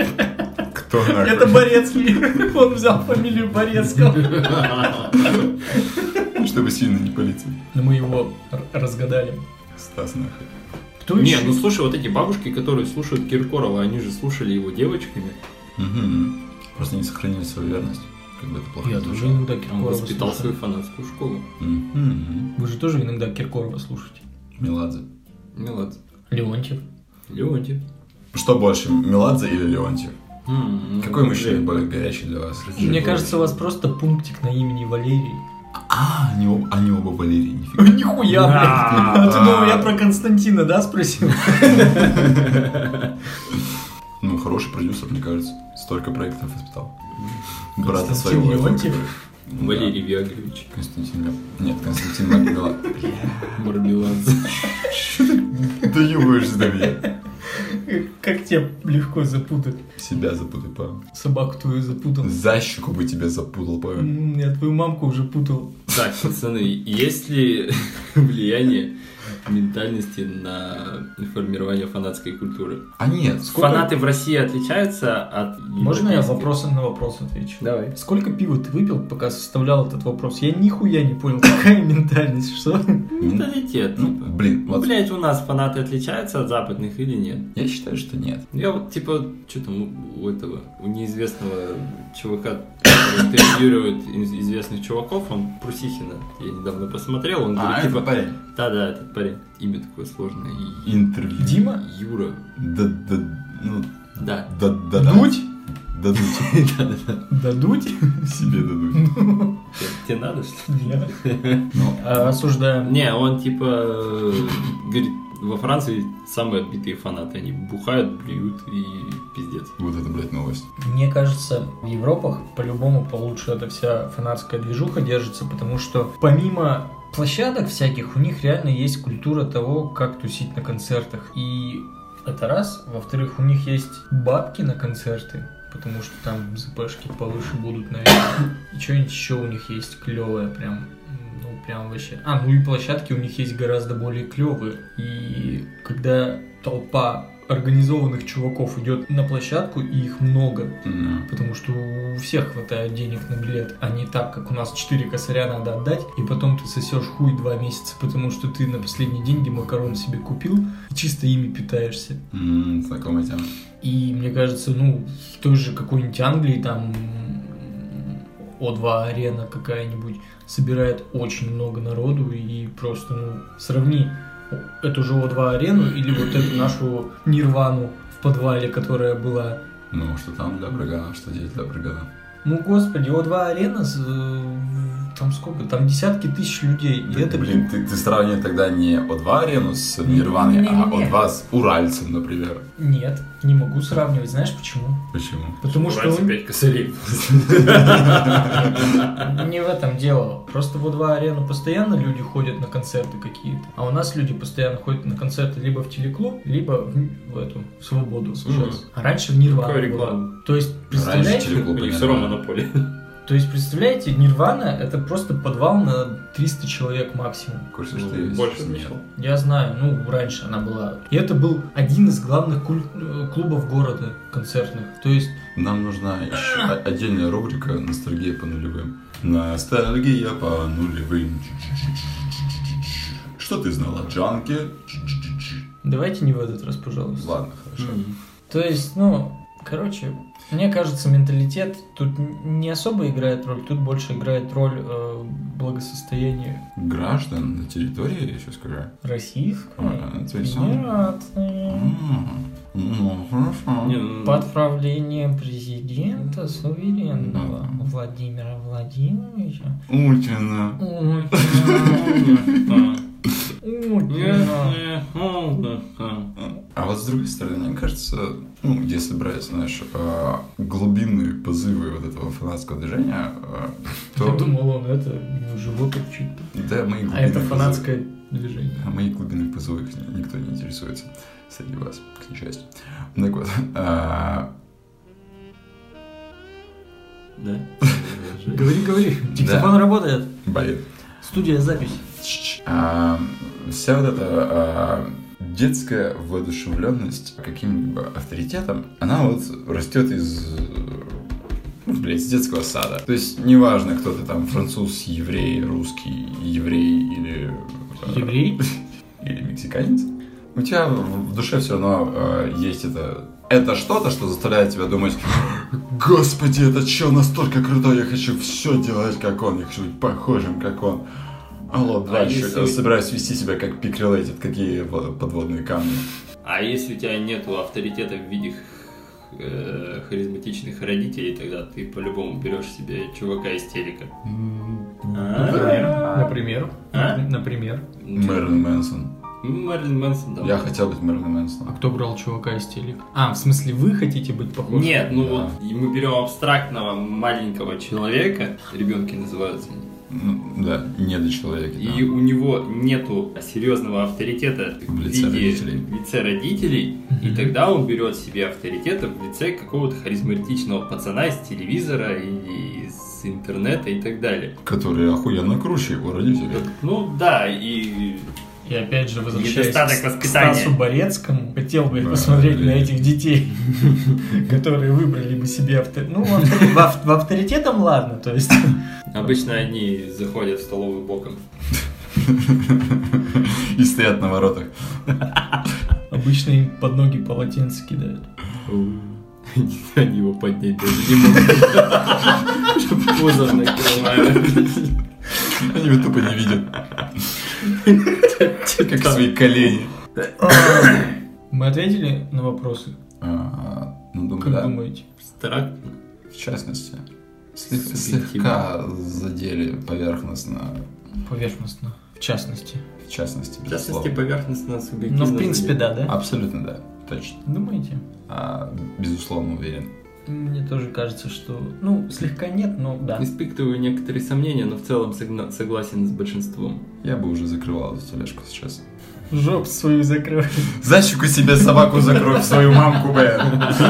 Кто нахуй? Это Борецкий. Он взял фамилию Борецкого. Чтобы сильно не палиться. Но мы его разгадали. Стас нахуй. Кто Не, еще? ну слушай, вот эти бабушки, которые слушают Киркорова, они же слушали его девочками. Угу. Просто не сохранили свою верность. Как бы это плохо Я не тоже звучало. иногда Он Киркорова воспитал слушаю. свою фанатскую школу. Мгм. Вы же тоже иногда Киркорова слушаете. Меладзе. Меладзе. Леонтьев. Леонтьев. Что больше, Меладзе или Леонтьев? Какой мужчина блин. более горячий для вас? Мне кажется, у вас просто пунктик на имени Валерий. А, они оба Валерий, нифига. Нихуя, блядь. А ты думал, я про Константина, да, спросил? Ну, хороший продюсер, мне кажется. Столько проектов воспитал. Брата Константин своего. Леонтьев? Да. Валерий Виагрович. Константин Нет, Константин Макмелан. Мармеладзе. Доебываешься до меня. Как тебе легко запутать? Себя запутай, Павел. Собаку твою запутал. За щеку бы тебя запутал, Павел. Я твою мамку уже путал. Так, пацаны, есть ли влияние ментальности на формирование фанатской культуры? А нет, Фанаты в России отличаются от... Можно я европейских? вопросом на вопрос отвечу? Давай. Сколько пива ты выпил, пока составлял этот вопрос? Я нихуя не понял, какая ментальность, что? Менталитет. Ну, блин, Ну, вот блядь, у нас фанаты отличаются от западных или нет? я считаю, что нет. Я вот, типа, что там у неизвестного чувака, который интервьюирует известных чуваков, он Прусихина, я недавно посмотрел, он говорит, типа... это парень. Да, этот парень. Имя такое сложное. Интервью. Дима? Юра. Да. Да. Дудь? Дадут. Дадуть? Себе дадут. Тебе надо, что ли? Нет. Ну, Осуждаем. Не, он, типа, говорит, во Франции самые отбитые фанаты. Они бухают, блюют и пиздец. вот это, блядь, новость. Мне кажется, в Европах по-любому получше эта вся фанатская движуха держится, потому что помимо площадок всяких, у них реально есть культура того, как тусить на концертах. И это раз. Во-вторых, у них есть бабки на концерты, потому что там ЗПшки повыше будут, наверное. И что-нибудь еще у них есть клевое прям. Ну, прям вообще. Ну и площадки у них есть гораздо более клевые. И когда толпа организованных чуваков идет на площадку, и их много, потому что у всех хватает денег на билет, а не так, как у нас 4 косаря надо отдать, и потом ты сосешь хуй 2 месяца, потому что ты на последние деньги макарон себе купил, и чисто ими питаешься. Знакомая тема. И мне кажется, ну, в той же какой-нибудь Англии там О2 арена какая-нибудь собирает очень много народу, и просто, ну, сравни эту же О2 арену или вот эту нашу Нирвану в подвале, которая была. Ну, что там для Брагана, что здесь для Брагана. Ну, господи, О2 арена, там сколько? Там десятки тысяч людей. И это, Блин, ты сравниваешь тогда не О2 арену с Нирваной, а О2 с Уральцем, например. Нет, не могу сравнивать. Знаешь почему? Почему? Потому что... 5 косарей. Не в этом дело. Просто в О2 арену постоянно люди ходят на концерты какие-то. А у нас люди постоянно ходят на концерты либо в телеклуб, либо в эту, в Свободу сейчас. А раньше в Нирвану. Какая была. реклама? То есть, представляете... телеклуб. У них все равно монополия. То есть, представляете, Нирвана это просто подвал на 300 человек максимум. В курсе, что есть? Больше Нет. смешал. Я знаю, ну, раньше она была. И это был один из главных клубов города концертных. То есть... Нам нужна еще отдельная рубрика «Ностальгия по нулевым». Ностальгия по нулевым. Что ты знал о Джанке? Давайте не в этот раз, пожалуйста. Ладно, хорошо. То есть, ну, короче, мне кажется, менталитет тут не особо играет роль, тут больше играет роль благосостояния Граждан на территории, еще скажу. российской То есть федерации Ну, хорошо. Не, ну, под правлением президента суверенного Владимира Владимировича. Утина. А вот с другой стороны, мне кажется, ну, если брать, знаешь, глубинные позывы вот этого фанатского движения, Я то... думал, он это, ему живот учит. Да, мои А глубинные это позывы- фанатское движение. О моих глубинных позывах никто не интересуется среди вас, к несчастью. Так вот, Да? Говори. Диктофон работает. блин. Студия запись. Вся вот эта детская воодушевленность каким-либо авторитетом, она вот растет из, из детского сада. То есть неважно, кто ты там, француз, еврей, русский, еврей или... Еврей? Или мексиканец. У тебя в душе все равно есть это что-то, что заставляет тебя думать: Господи, это чё настолько крутой, я хочу все делать как он, я хочу быть похожим как он. Алло, если- я собираюсь вести себя как пик-релейтед, какие подводные камни. А если у тебя нету авторитета в виде харизматичных родителей, тогда ты по-любому берешь себе чувака-истерика. Например. А? Например. Мэрилин Мэнсон. Мэрилин Мэнсон, да. Я хотел быть Мэрилин Мэнсоном. А кто брал чувака из телек? В смысле, вы хотите быть похожим? Нет, ну Да. вот мы берем абстрактного маленького человека, ребенки называются. Да. Да, недочеловек. И у него нету серьезного авторитета В лице родителей. И тогда он берет себе авторитета в лице какого-то харизматичного пацана из телевизора и из интернета и так далее. Который охуенно круче его родителей. Ну да, и опять же, возвращаясь недостаток к воспитания. Стасу Борецкому, хотел бы посмотреть на этих детей, которые выбрали бы себе авторитет. Ну, в авторитетом ладно, то есть... Обычно они заходят в столовую боком. И стоят на воротах. Обычно им под ноги полотенце кидают. Они его поднять даже не могут. Чтобы пузо накрывают. Они его тупо не видят. Как свои колени. Мы ответили на вопросы? Ну, думаю, Как да. думаете? Абстрактно. В частности. Слегка задели поверхностно. Поверхностно. В частности. В частности, В частности, безусловно. поверхностно, субъективно. Ну, в принципе, да? Абсолютно да, точно. Думаете? Безусловно уверен. Мне тоже кажется, что... Ну, слегка нет, но да. Испытываю некоторые сомнения, но в целом согласен с большинством. Я бы уже закрывал эту тележку сейчас. Жопу свою закрой. За щеку себе собаку закрой, в свою мамку, блядь.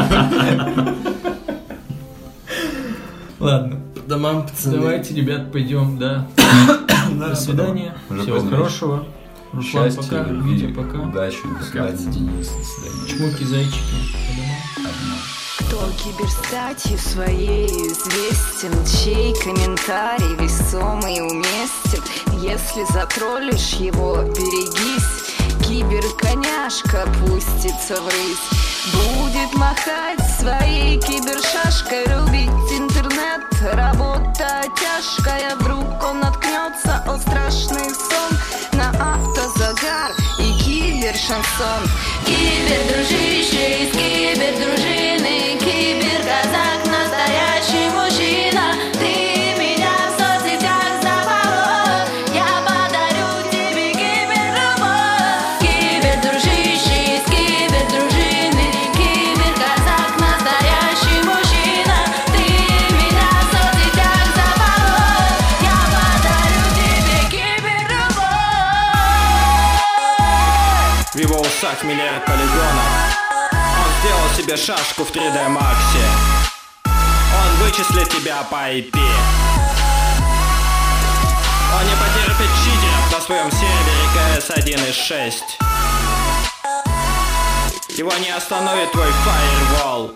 Ладно. По домам, пацаны. Давайте, ребят, пойдем, да. До свидания. Уже Всего поздно. хорошего. Руслан, Счастья, пока. любви, Витя, пока. удачи, до свидания, Денис, до свидания. Чмоки, зайчики. По домам. Одна. Кто киберстатью своей известен, чей комментарий весомый и уместен. Если затроллишь его, берегись, киберконяшка пустится врысь. Будет махать своей кибершашкой, рубить интернет, работа тяжкая. Вдруг он наткнется, о страшный сон, на автозагар и кибершансон. Кибердружище из кибердружины, киберказак, настоящий мужчина. Ты меня в соцсетях запорол, я подарю тебе киберлюбовь. Кибердружище из кибердружины, киберказак, настоящий мужчина. Ты меня в соцсетях запорол, я подарю тебе киберлюбовь. В его усах миллиард полигонов. Он сделал себе шашку в 3D Max'е. Он вычислит тебя по IP. Он не потерпит читеров на своем сервере CS 1.6. Его не остановит твой фаервол.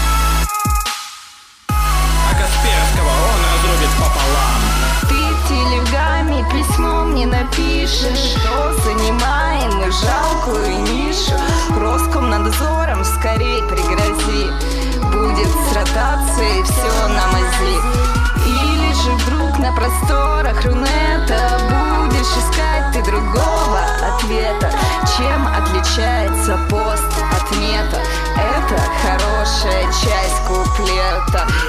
А Касперского он разрубит пополам. Ты телегами письмом не напишешь, что занимаем мы жалкую нишу. Роскомнадзором скорей пригрози, будет с ротацией все на мази. Или же вдруг на просторах Рунета будешь искать ты другого ответа. Чем отличается пост от мета? Это хорошая часть куплета.